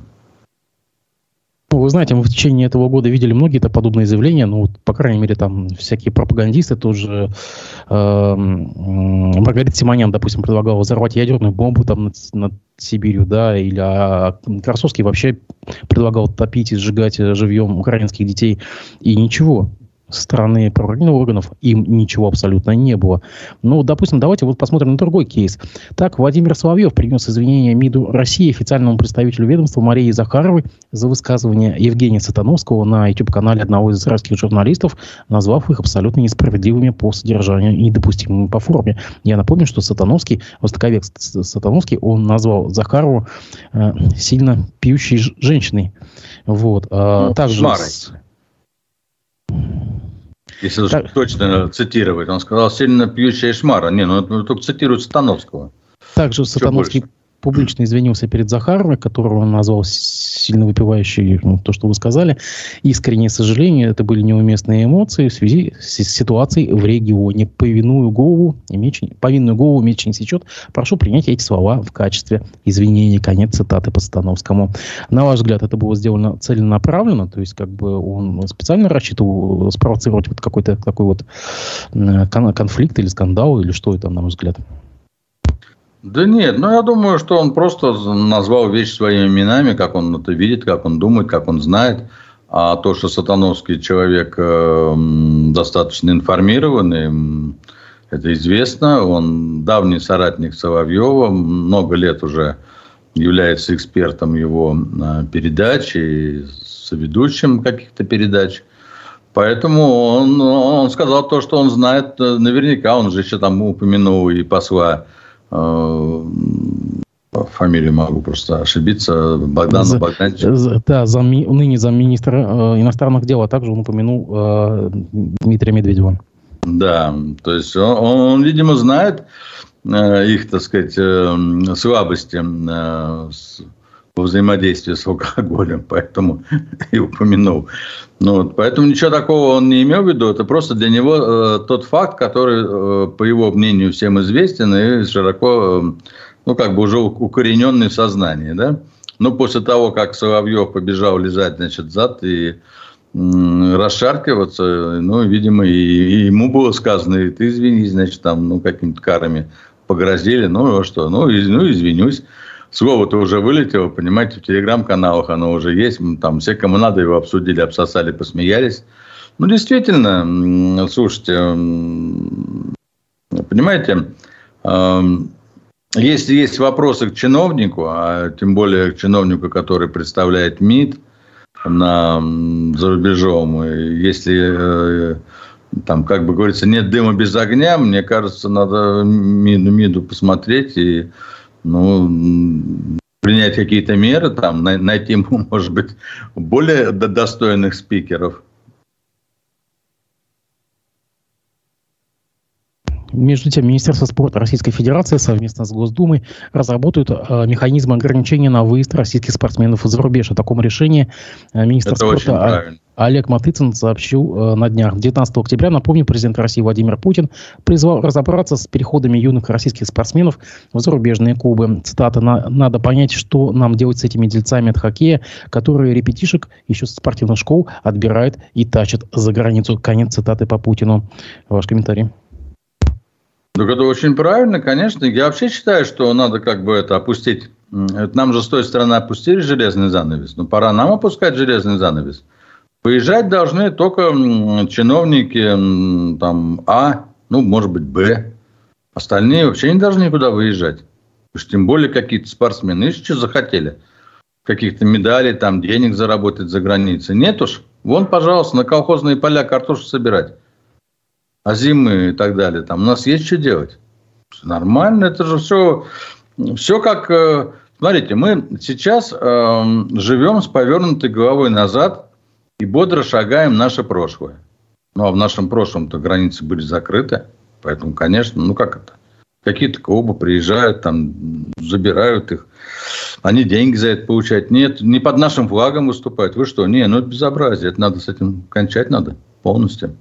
Вы знаете, мы в течение этого года видели многие-то подобные заявления, ну, по крайней мере, там всякие пропагандисты тоже. Э, Маргарита Симонян, допустим, предлагала взорвать ядерную бомбу там над, над Сибирью, да, или а Красовский вообще предлагал топить и сжигать живьем украинских детей, и ничего. Со стороны правоохранительных органов им ничего абсолютно не было. Ну, допустим, давайте вот посмотрим на другой кейс. Так, Владимир Соловьев принес извинения МИДу России официальному представителю ведомства Марии Захаровой за высказывание Евгения Сатановского на YouTube-канале одного из израильских журналистов, назвав их абсолютно несправедливыми по содержанию и недопустимыми по форме. Я напомню, что Сатановский, востоковед Сатановский, он назвал Захарову э, сильно пьющей ж- женщиной. Вот. А, ну, также... Если так. Точно цитировать, он сказал сильно пьющая шмара. Не, ну это только цитирует Сатановского. Также Сатановский публично извинился перед Захаровой, которого он назвал сильно выпивающей, ну, то, что вы сказали. Искреннее сожаление, это были неуместные эмоции в связи с ситуацией в регионе. Повинную голову, меч, повинную голову меч не сечет. Прошу принять эти слова в качестве извинений. Конец цитаты по Сатановскому. На ваш взгляд, это было сделано целенаправленно? То есть, как бы он специально рассчитывал спровоцировать вот какой-то такой вот конфликт или скандал, или что это, на ваш взгляд? Да нет, ну я думаю, что он просто назвал вещи своими именами, как он это видит, как он думает, как он знает. А то, что Сатановский человек э, достаточно информированный, это известно. Он давний соратник Соловьева, много лет уже является экспертом его э, передач и соведущим каких-то передач. Поэтому он, он сказал то, что он знает наверняка. Он же еще там упомянул и посла, э, фамилию могу просто ошибиться, Богдана Богдановича. Да, зам, ныне замминистра э, иностранных дел, а также он упомянул э, Дмитрия Медведева. Да, то есть он, он видимо, знает э, их, так сказать, э, слабости э, с, во взаимодействии с алкоголем, поэтому и упомянул. Ну, вот, поэтому ничего такого он не имел в виду, это просто для него э, тот факт, который, э, по его мнению, всем известен и широко, э, ну, как бы уже укорененный в сознании, да. Но после того, как Соловьев побежал лизать, значит, зад и м, расшаркиваться, ну, видимо, и, и ему было сказано, и ты извинись, значит, там, ну, какими-то карами погрозили, ну, а что, ну, из, ну извинюсь. Слово-то уже вылетело, понимаете, в телеграм-каналах оно уже есть. Там все, кому надо, его обсудили, обсосали, посмеялись. Ну, действительно, слушайте, понимаете, если есть вопросы к чиновнику, а тем более к чиновнику, который представляет МИД на, за рубежом, если, там, как бы говорится, нет дыма без огня, мне кажется, надо МИДу, МИДу посмотреть и ну, принять какие-то меры, там, найти, может быть, более достойных спикеров. Между тем, Министерство спорта Российской Федерации совместно с Госдумой разработают э, механизм ограничения на выезд российских спортсменов за рубеж. О таком решении э, министр Это спорта а, Олег Матыцын сообщил э, на днях. девятнадцатого октября, напомню, президент России Владимир Путин призвал разобраться с переходами юных российских спортсменов в зарубежные клубы. Цитата: «Надо понять, что нам делать с этими дельцами от хоккея, которые ребятишек еще со спортивных школ отбирают и тащат за границу». Конец цитаты по Путину. Ваш комментарий. Ну, это очень правильно, конечно. Я вообще считаю, что надо как бы это опустить. Нам же с той стороны опустили железный занавес. Ну, пора нам опускать железный занавес. Выезжать должны только чиновники там А, ну, может быть, Б. Остальные вообще не должны никуда выезжать. Уж тем более какие-то спортсмены. Ишь, что захотели. Каких-то медалей, там, денег заработать за границей. Нет уж. Вон, пожалуйста, на колхозные поля картошку собирать. А зимы и так далее. Там у нас есть что делать. Нормально. Это же все, все как... Смотрите, мы сейчас э, живем с повернутой головой назад и бодро шагаем в наше прошлое. Ну, а в нашем прошлом-то границы были закрыты. Поэтому, конечно, ну как это? Какие-то клубы приезжают, там, забирают их. Они деньги за это получают. Нет, не под нашим флагом выступают. Вы что? Не, ну это безобразие. Это надо с этим кончать надо полностью.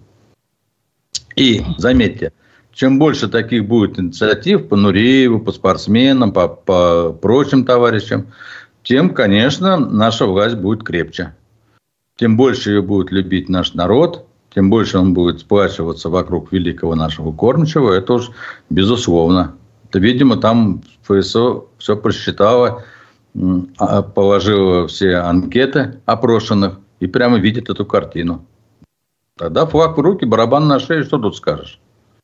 И, заметьте, чем больше таких будет инициатив по Нурееву, по спортсменам, по, по прочим товарищам, тем, конечно, наша власть будет крепче. Тем больше ее будет любить наш народ, тем больше он будет сплачиваться вокруг великого нашего кормчего. Это уж безусловно. Это, видимо, там ФСО все просчитало, положило все анкеты опрошенных и прямо видит эту картину. Тогда флаг в руки, барабан на шее, что тут скажешь?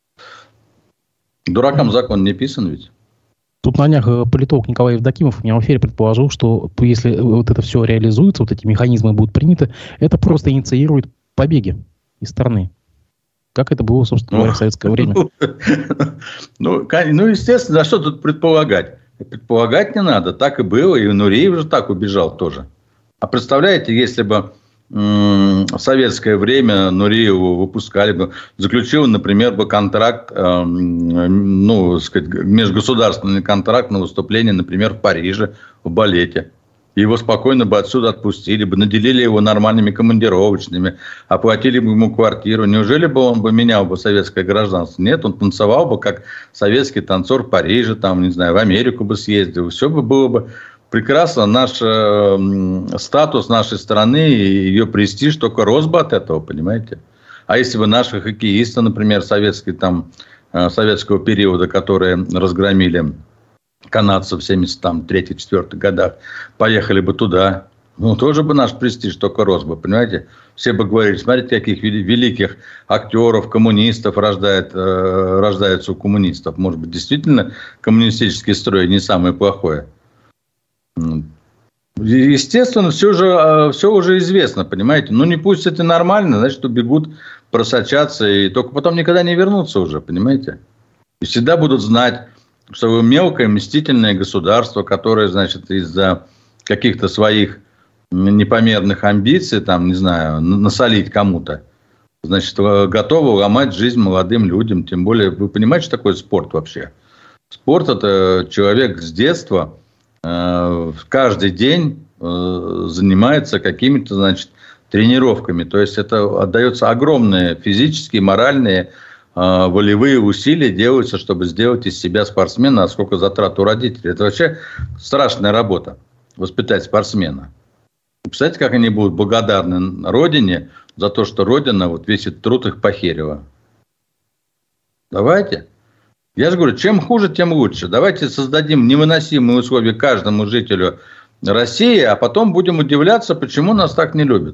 Дуракам закон не писан ведь. Тут на днях политолог Николай Евдокимов мне в эфире предположил, что если вот это все реализуется, вот эти механизмы будут приняты, это просто инициирует побеги из страны. Как это было, собственно говоря, в советское время. Ну, ну, естественно, а что тут предполагать? Предполагать не надо. Так и было. И Нуреев же так убежал тоже. А представляете, если бы в советское время Нурееву выпускали бы, заключил, например, бы контракт, э, ну, сказать, межгосударственный контракт на выступление, например, в Париже, в балете. Его спокойно бы отсюда отпустили бы, наделили его нормальными командировочными, оплатили бы ему квартиру. Неужели бы он бы менял бы советское гражданство? Нет, он танцевал бы как советский танцор в Париже, там, не знаю, в Америку бы съездил. Все бы было бы прекрасно. Наш э, статус нашей страны и ее престиж только рос бы от этого, понимаете? А если бы наши хоккеисты, например, советские, там, э, советского периода, которые разгромили канадцы в семьдесят третьих-семьдесят четвёртых годах, поехали бы туда. Ну, тоже бы наш престиж только рос бы, понимаете? Все бы говорили, смотрите, каких великих актеров, коммунистов рождает, э, рождаются у коммунистов. Может быть, действительно, коммунистический строй не самое плохое. Естественно, все, же, все уже известно, понимаете? Ну, не пусть это нормально, значит, убегут, просочатся, и только потом никогда не вернутся уже, понимаете? И всегда будут знать, что вы мелкое, мстительное государство, которое, значит, из-за каких-то своих непомерных амбиций, там, не знаю, насолить кому-то, значит, готовы ломать жизнь молодым людям. Тем более, вы понимаете, что такое спорт вообще? Спорт – это человек с детства э, каждый день э, занимается какими-то, значит, тренировками. То есть, это отдается огромные физические, моральные, э, волевые усилия делаются, чтобы сделать из себя спортсмена, а сколько затрат у родителей. Это вообще страшная работа – воспитать спортсмена. Представляете, как они будут благодарны Родине за то, что Родина, вот весь этот труд их похерила. Давайте. Я же говорю, чем хуже, тем лучше. Давайте создадим невыносимые условия каждому жителю России, а потом будем удивляться, почему нас так не любят.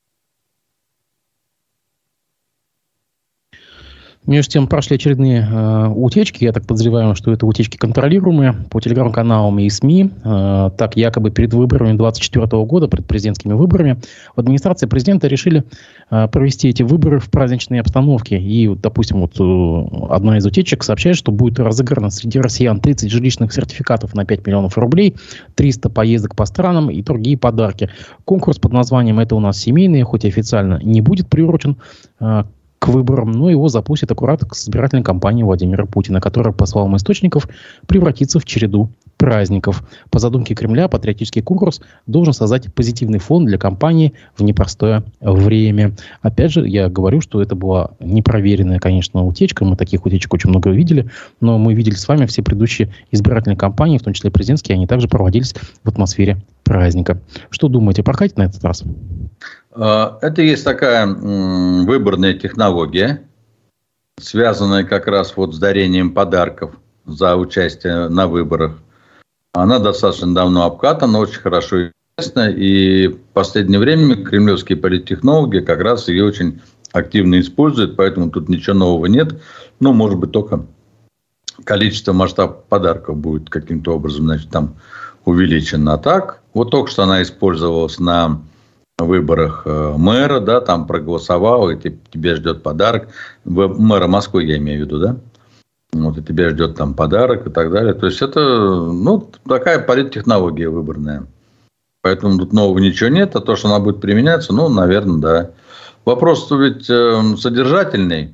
Между тем, прошли очередные э, утечки. Я так подозреваю, что это утечки контролируемые по телеграм-каналам и СМИ. Э, так, якобы перед выборами двадцать четвёртого года, перед президентскими выборами, в администрации президента решили э, провести эти выборы в праздничной обстановке. И, вот, допустим, вот э, одна из утечек сообщает, что будет разыграно среди россиян тридцать жилищных сертификатов на пять миллионов рублей, триста поездок по странам и другие подарки. Конкурс под названием «Это у нас семейные», хоть и официально не будет приурочен э, к выборам, но его запустят аккурат к избирательной кампании Владимира Путина, которая, по словам источников, превратится в череду праздников. По задумке Кремля, патриотический конкурс должен создать позитивный фон для кампании в непростое время. Опять же, я говорю, что это была непроверенная, конечно, утечка. Мы таких утечек очень много видели, но мы видели с вами все предыдущие избирательные кампании, в том числе президентские, они также проводились в атмосфере праздника. Что думаете, прокатит на этот раз? Это есть такая м, выборная технология, связанная как раз вот с дарением подарков за участие на выборах. Она достаточно давно обкатана, очень хорошо известна, и в последнее время кремлевские политтехнологи как раз ее очень активно используют, поэтому тут ничего нового нет. Ну, может быть, только количество, масштаб подарков будет каким-то образом, значит, там увеличено. А так, вот только что она использовалась на выборах мэра, да, там проголосовал, и тебя ждет подарок. Мэра Москвы, я имею в виду, да? Вот, и тебя ждет там подарок и так далее. То есть, это, ну, такая политтехнология выборная. Поэтому тут нового ничего нет, а то, что она будет применяться, ну, наверное, да. Вопрос ведь э, содержательный.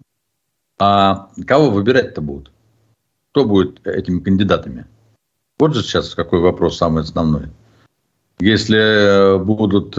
А кого выбирать-то будут? Кто будет этими кандидатами? Вот же сейчас какой вопрос самый основной. Если будут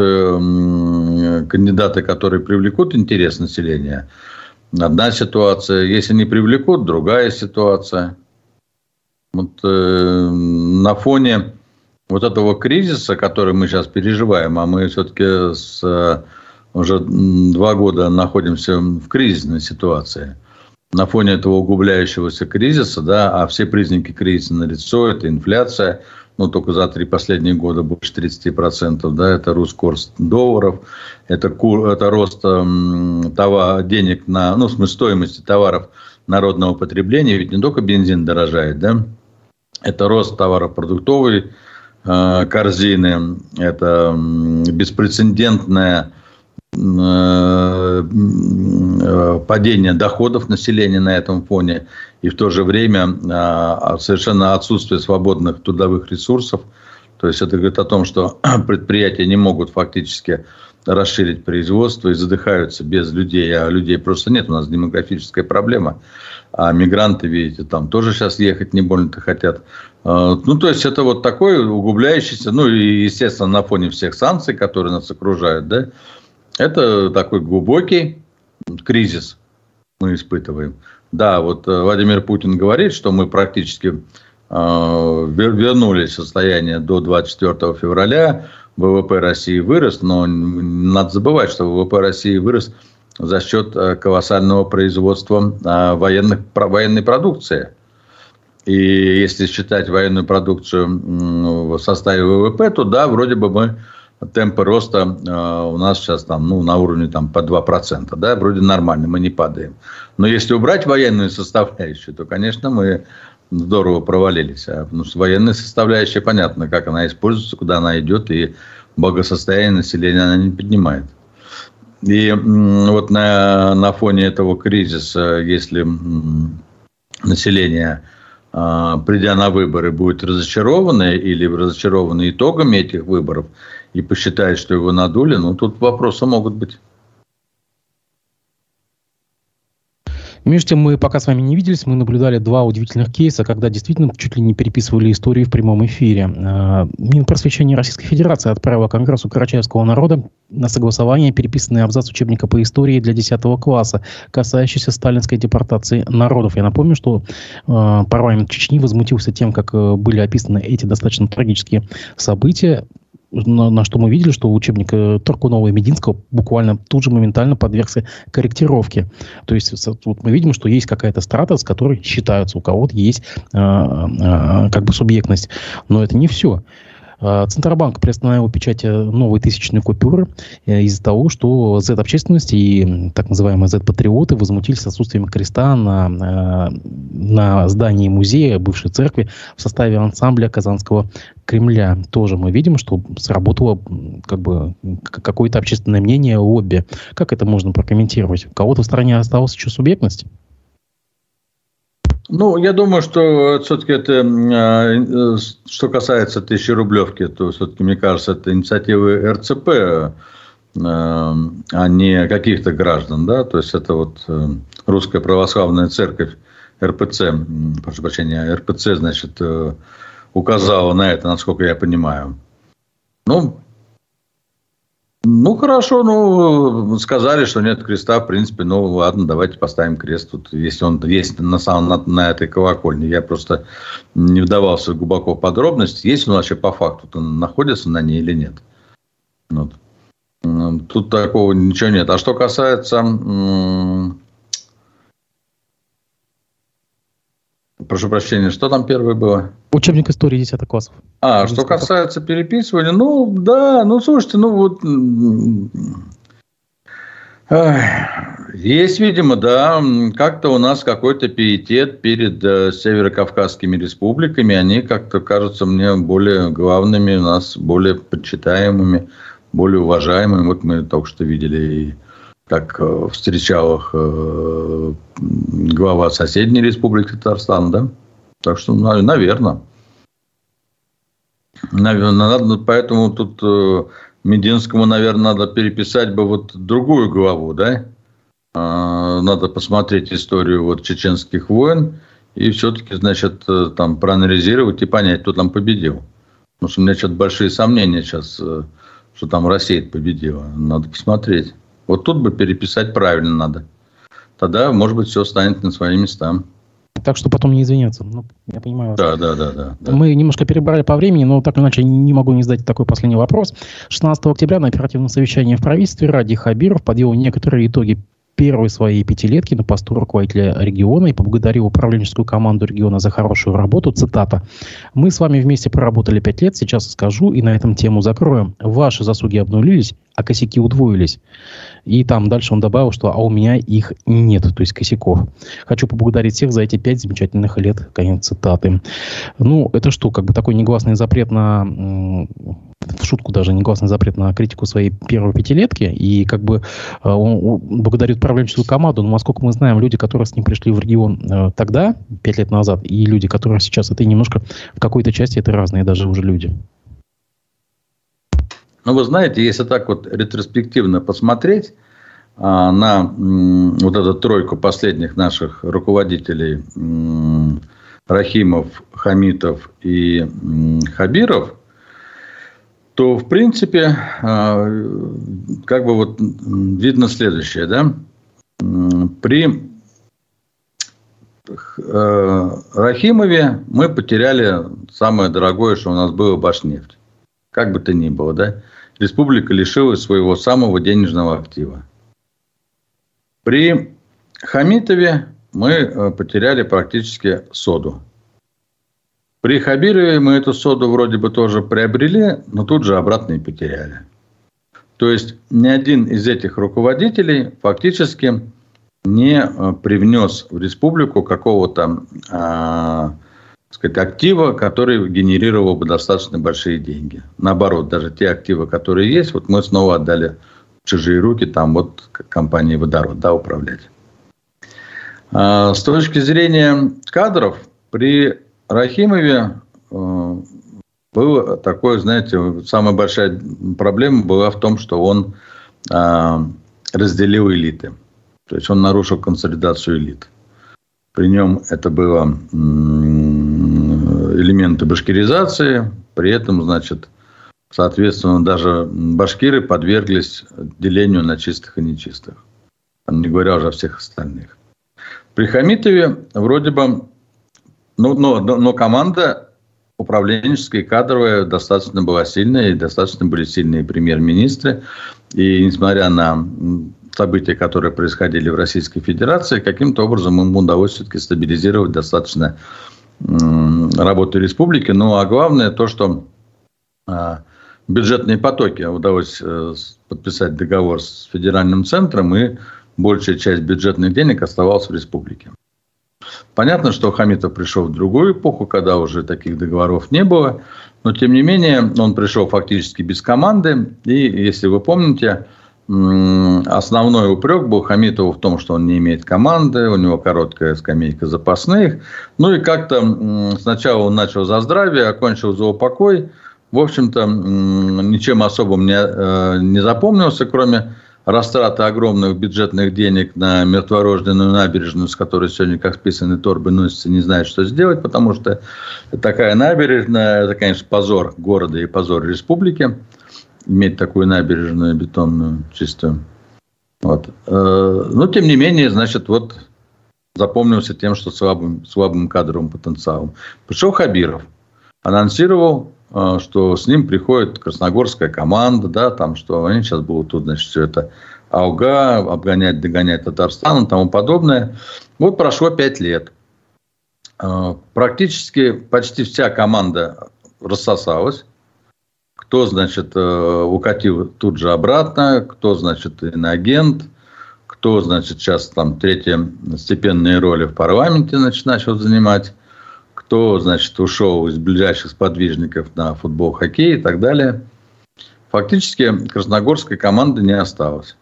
э, кандидаты, которые привлекут интерес населения, одна ситуация. Если не привлекут, другая ситуация. Вот, э, на фоне вот этого кризиса, который мы сейчас переживаем, а мы все-таки с, э, уже два года находимся в кризисной ситуации. На фоне этого углубляющегося кризиса, да, а все признаки кризиса налицо, это инфляция, ну, только за три последних года больше тридцать процентов, да, это рост курса долларов, это, кур, это рост э, товар, денег на, ну, в смысле стоимости товаров народного потребления, ведь не только бензин дорожает, да, это рост товаров продуктовой э, корзины, это э, беспрецедентная падение доходов населения на этом фоне и в то же время совершенно отсутствие свободных трудовых ресурсов. То есть это говорит о том, что предприятия не могут фактически расширить производство и задыхаются без людей, а людей просто нет. У нас демографическая проблема. А мигранты, видите, там тоже сейчас ехать не больно-то хотят. Ну, то есть это вот такой углубляющийся, ну и, естественно, на фоне всех санкций, которые нас окружают, да, это такой глубокий кризис мы испытываем. Да, вот Владимир Путин говорит, что мы практически э, вернулись в состояние до двадцать четвёртого февраля. ВВП России вырос, но надо забывать, что ВВП России вырос за счет колоссального производства э, военных, военной продукции. И если считать военную продукцию в составе ВВП, то да, вроде бы мы темпы роста э, у нас сейчас там, ну, на уровне там, по два процента. Да, вроде нормально, мы не падаем. Но если убрать военную составляющую, то, конечно, мы здорово провалились. А, потому что военная составляющая, понятно, как она используется, куда она идет, и благосостояние населения она не поднимает. И м, вот на, на фоне этого кризиса, если м, население, э, придя на выборы, будет разочаровано или разочаровано итогами этих выборов, и посчитает, что его надули, ну, тут вопросы могут быть. Между тем, мы пока с вами не виделись, мы наблюдали два удивительных кейса, когда действительно чуть ли не переписывали истории в прямом эфире. Минпросвещение Российской Федерации отправило Конгрессу Карачаевского народа на согласование переписанный абзац учебника по истории для десятого класса, касающийся сталинской депортации народов. Я напомню, что парламент Чечни возмутился тем, как были описаны эти достаточно трагические события. На, на что мы видели, что учебник Туркунова и Мединского буквально тут же моментально подвергся корректировке. То есть вот мы видим, что есть какая-то страта, с которой считаются, у кого-то есть э, э, как бы субъектность. Но это не все. Центробанк приостановил печать новой тысячной купюры из-за того, что зет-общественность и так называемые зет-патриоты возмутились отсутствием креста на, на здании музея бывшей церкви в составе ансамбля Казанского Кремля. Тоже мы видим, что сработало как бы какое-то общественное мнение, лобби. Как это можно прокомментировать? У кого-то в стране осталась еще субъектность? Ну, я думаю, что все-таки это, что касается тысячерублевки, то все-таки, мне кажется, это инициативы эр цэ пэ, а не каких-то граждан, да, то есть это вот Русская Православная Церковь, эр пэ цэ, прошу прощения, эр пэ цэ, значит, указала на это, насколько я понимаю. Ну, Ну, хорошо, ну, сказали, что нет креста, в принципе, ну, ладно, давайте поставим крест, тут, если он есть на, самом, на, на этой колокольне. Я просто не вдавался глубоко в подробности, есть он вообще по факту находится на ней или нет. Вот. Тут такого ничего нет. А что касается... М- Прошу прощения, что там первое было? Учебник истории десятых классов. А, что касается переписывания, ну, да, ну, слушайте, ну, вот, есть, видимо, да, как-то у нас какой-то пиетет перед э, северокавказскими республиками, они как-то кажутся мне более главными, у нас более почитаемыми, более уважаемыми, вот мы только что видели и как встречал их э, глава соседней республики Татарстан, да? Так что, наверное. Наверное, поэтому тут э, Мединскому, наверное, надо переписать бы вот другую главу, да? Э, надо посмотреть историю вот чеченских войн и все-таки, значит, там проанализировать и понять, кто там победил. Потому что у меня что-то большие сомнения сейчас, э, что там Россия победила. Надо посмотреть. Вот тут бы переписать правильно надо. Тогда, может быть, все станет на свои места. Так что потом не извиняться. Ну, я понимаю. Да, да, да, да, да. Мы немножко перебрали по времени, но так или иначе не могу не задать такой последний вопрос. шестнадцатого октября на оперативном совещании в правительстве Ради Хабиров подвел некоторые итоги первой своей пятилетки на посту руководителя региона и поблагодарил управленческую команду региона за хорошую работу. Цитата. «Мы с вами вместе проработали пять лет, сейчас скажу и на этом тему закроем. Ваши заслуги обнулились, а косяки удвоились». И там дальше он добавил, что «а у меня их нет», то есть косяков. «Хочу поблагодарить всех за эти пять замечательных лет». Конец цитаты. Ну, это что, как бы такой негласный запрет на... в шутку даже негласный запрет на критику своей первой пятилетки, и как бы э, он благодарит управленческую команду, но насколько мы знаем, люди, которые с ним пришли в регион э, тогда, пять лет назад, и люди, которые сейчас, это немножко в какой-то части это разные даже уже люди. Ну, вы знаете, если так вот ретроспективно посмотреть а, на м, вот эту тройку последних наших руководителей м, Рахимов, Хамитов и м, Хабиров, то, в принципе, как бы вот видно следующее, да, при Рахимове мы потеряли самое дорогое, что у нас было, Башнефть. Как бы то ни было, да, республика лишилась своего самого денежного актива. При Хамитове мы потеряли практически соду. При Хабирове мы эту соду вроде бы тоже приобрели, но тут же обратно и потеряли. То есть ни один из этих руководителей фактически не привнес в республику какого-то э, сказать, актива, который генерировал бы достаточно большие деньги. Наоборот, даже те активы, которые есть, вот мы снова отдали в чужие руки, там вот компании «Водород», да, управлять. Э, с точки зрения кадров, при Рахимове э, было такое, знаете, самая большая проблема была в том, что он э, разделил элиты. То есть он нарушил консолидацию элит. При нем это было элементы башкиризации. При этом, значит, соответственно, даже башкиры подверглись делению на чистых и нечистых. Не говоря уже о всех остальных. При Хамитове вроде бы... Ну, но, но команда управленческая и кадровая достаточно была сильная. И достаточно были сильные премьер-министры. И несмотря на... события, которые происходили в Российской Федерации, каким-то образом ему удалось все-таки стабилизировать достаточно м, работу республики. Ну, а главное то, что а, бюджетные потоки удалось а, подписать договор с федеральным центром, и большая часть бюджетных денег оставалась в республике. Понятно, что Хамитов пришел в другую эпоху, когда уже таких договоров не было, но, тем не менее, он пришел фактически без команды, и, если вы помните, основной упрек был Хамитову в том, что он не имеет команды, у него короткая скамейка запасных. Ну и как-то сначала он начал за здравие, окончил за упокой. В общем-то, ничем особым не, не запомнился, кроме растраты огромных бюджетных денег на мертворожденную набережную, с которой сегодня как списанные торбы носятся, не знают, что сделать, потому что такая набережная, это, конечно, позор города и позор республики. Иметь такую набережную бетонную, чистую. Вот. Но, тем не менее, значит, вот запомнился тем, что слабым, слабым кадровым потенциалом. Пришел Хабиров, анонсировал, что с ним приходит красногорская команда, да, там, что они сейчас будут тут, значит, все это Алга, обгонять, догонять Татарстан и тому подобное. Вот прошло пять лет. Практически почти вся команда рассосалась. Кто, значит, укатил тут же обратно, кто, значит, иноагент, кто, значит, сейчас там третьестепенные роли в парламенте, значит, начал занимать, кто, значит, ушел из ближайших сподвижников на футбол, хоккей и так далее. Фактически красногорской команды не осталось.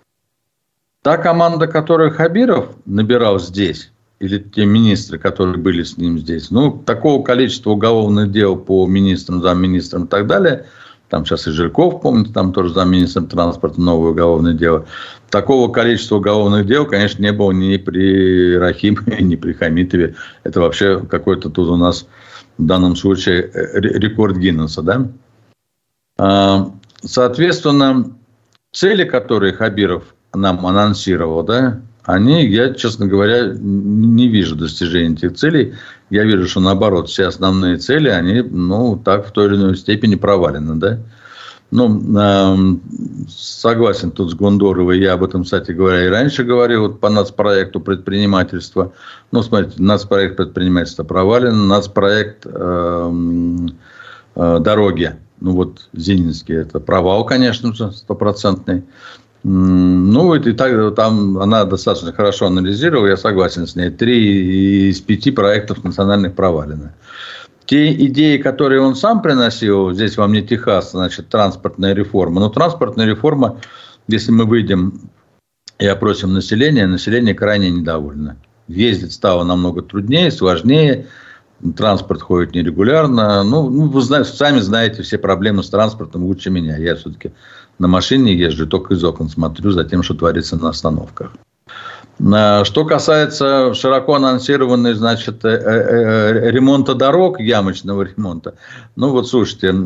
Та команда, которую Хабиров набирал здесь, или те министры, которые были с ним здесь, ну, такого количества уголовных дел по министрам, замминистрам и так далее, там сейчас и Жирков, помните, там тоже замминистром транспорта новое уголовное дело, такого количества уголовных дел, конечно, не было ни при Рахимове, ни при Хамитове. Это вообще какой-то тут у нас в данном случае рекорд Гиннесса, да? Соответственно, цели, которые Хабиров нам анонсировал, да, они, я, честно говоря, не вижу достижения этих целей. Я вижу, что наоборот, все основные цели, они, ну, так в той или иной степени провалены, да. Ну, э, согласен тут с Гондоровой, я об этом, кстати говоря, и раньше говорил, вот по нацпроекту предпринимательства. Ну, смотрите, нацпроект предпринимательства провален, нацпроект э, э, дороги, ну, вот Зининский, это провал, конечно же, стопроцентный. Ну, и так, там она достаточно хорошо анализировала, я согласен с ней. Три из пяти проектов национальных провалены. Те идеи, которые он сам приносил, здесь вам не Техас, значит, транспортная реформа. Но транспортная реформа, если мы выйдем и опросим население, население крайне недовольно. Ездить стало намного труднее, сложнее. Транспорт ходит нерегулярно. Ну, вы знаете, сами знаете все проблемы с транспортом лучше меня. Я все-таки на машине езжу, только из окон смотрю за тем, что творится на остановках. Что касается широко анонсированной, значит, ремонта дорог, ямочного ремонта. Ну, вот, слушайте,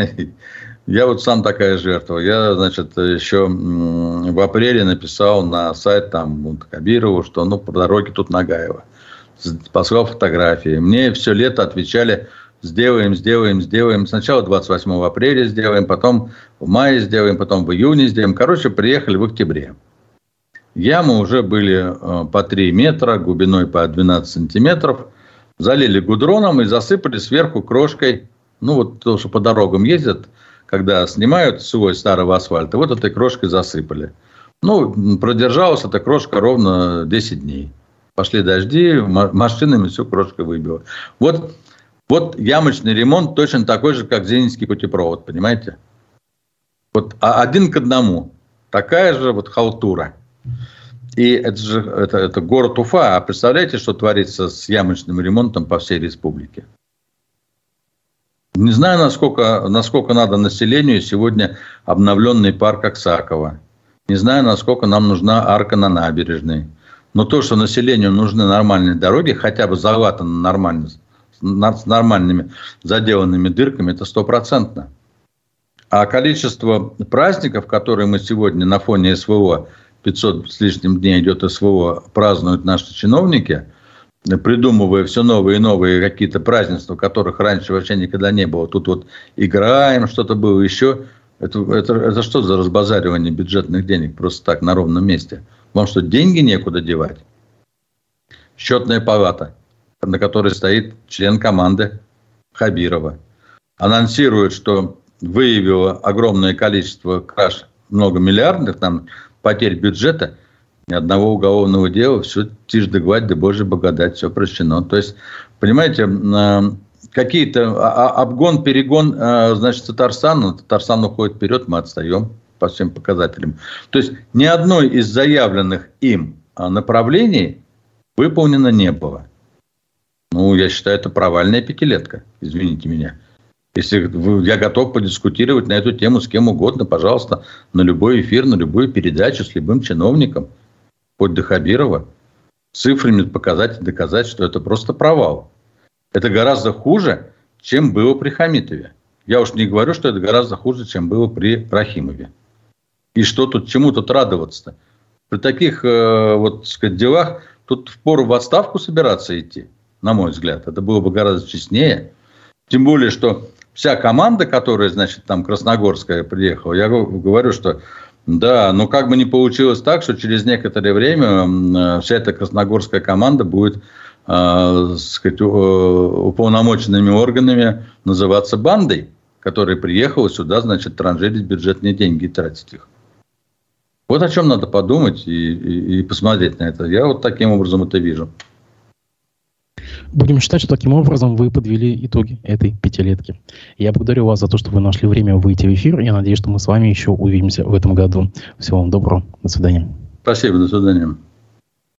я вот сам такая жертва. Я, значит, еще в апреле написал на сайт там Хабирову, что, ну, по дороге тут Нагаева. Послал фотографии. Мне все лето отвечали: сделаем, сделаем, сделаем. Сначала двадцать восьмого апреля сделаем, потом в мае сделаем, потом в июне сделаем. Короче, приехали в октябре. Ямы уже были по три метра, глубиной по двенадцать сантиметров. Залили гудроном и засыпали сверху крошкой. Ну, вот то, что по дорогам ездят, когда снимают свой старого асфальта, вот этой крошкой засыпали. Ну, продержалась эта крошка ровно десять дней. Пошли дожди, машинами всю крошку выбило. Вот, вот ямочный ремонт точно такой же, как Зенитский путепровод, понимаете? Вот один к одному. Такая же вот халтура. И это же это, это город Уфа. А представляете, что творится с ямочным ремонтом по всей республике? Не знаю, насколько, насколько надо населению сегодня обновленный парк Аксакова. Не знаю, насколько нам нужна арка на набережной. Но то, что населению нужны нормальные дороги, хотя бы залатаны нормально, с нормальными заделанными дырками, это стопроцентно. А количество праздников, которые мы сегодня на фоне СВО, пятьсот с лишним дней идет СВО, празднуют наши чиновники, придумывая все новые и новые какие-то празднества, которых раньше вообще никогда не было. Тут вот играем, что-то было еще. Это, это, это что за разбазаривание бюджетных денег просто так на ровном месте? Вам что, деньги некуда девать? Счетная палата, на которой стоит член команды Хабирова, анонсирует, что выявила огромное количество краж многомиллиардных там, потерь бюджета, ни одного уголовного дела, все тишь да гладь, да божья благодать, все прощено. То есть, понимаете, какие-то обгон, перегон, значит, Татарстана, Татарстан уходит вперед, мы отстаем по всем показателям. То есть, ни одной из заявленных им направлений выполнено не было. Ну, я считаю, это провальная пятилетка, извините меня. Если вы, я готов подискутировать на эту тему с кем угодно, пожалуйста, на любой эфир, на любую передачу с любым чиновником, хоть до Хабирова, цифрами показать и доказать, что это просто провал. Это гораздо хуже, чем было при Хамитове. Я уж не говорю, что это гораздо хуже, чем было при Рахимове. И что тут, чему тут радоваться-то? При таких э, вот, так сказать, делах тут впору в отставку собираться идти, на мой взгляд. Это было бы гораздо честнее. Тем более, что вся команда, которая, значит, там Красногорская приехала, я говорю, что да, но как бы не получилось так, что через некоторое время вся эта красногорская команда будет, э, сказать, уполномоченными органами называться бандой, которая приехала сюда, значит, транжирить бюджетные деньги и тратить их. Вот о чем надо подумать и, и, и посмотреть на это. Я вот таким образом это вижу. Будем считать, что таким образом вы подвели итоги этой пятилетки. Я благодарю вас за то, что вы нашли время выйти в эфир. Я надеюсь, что мы с вами еще увидимся в этом году. Всего вам доброго. До свидания. Спасибо. До свидания.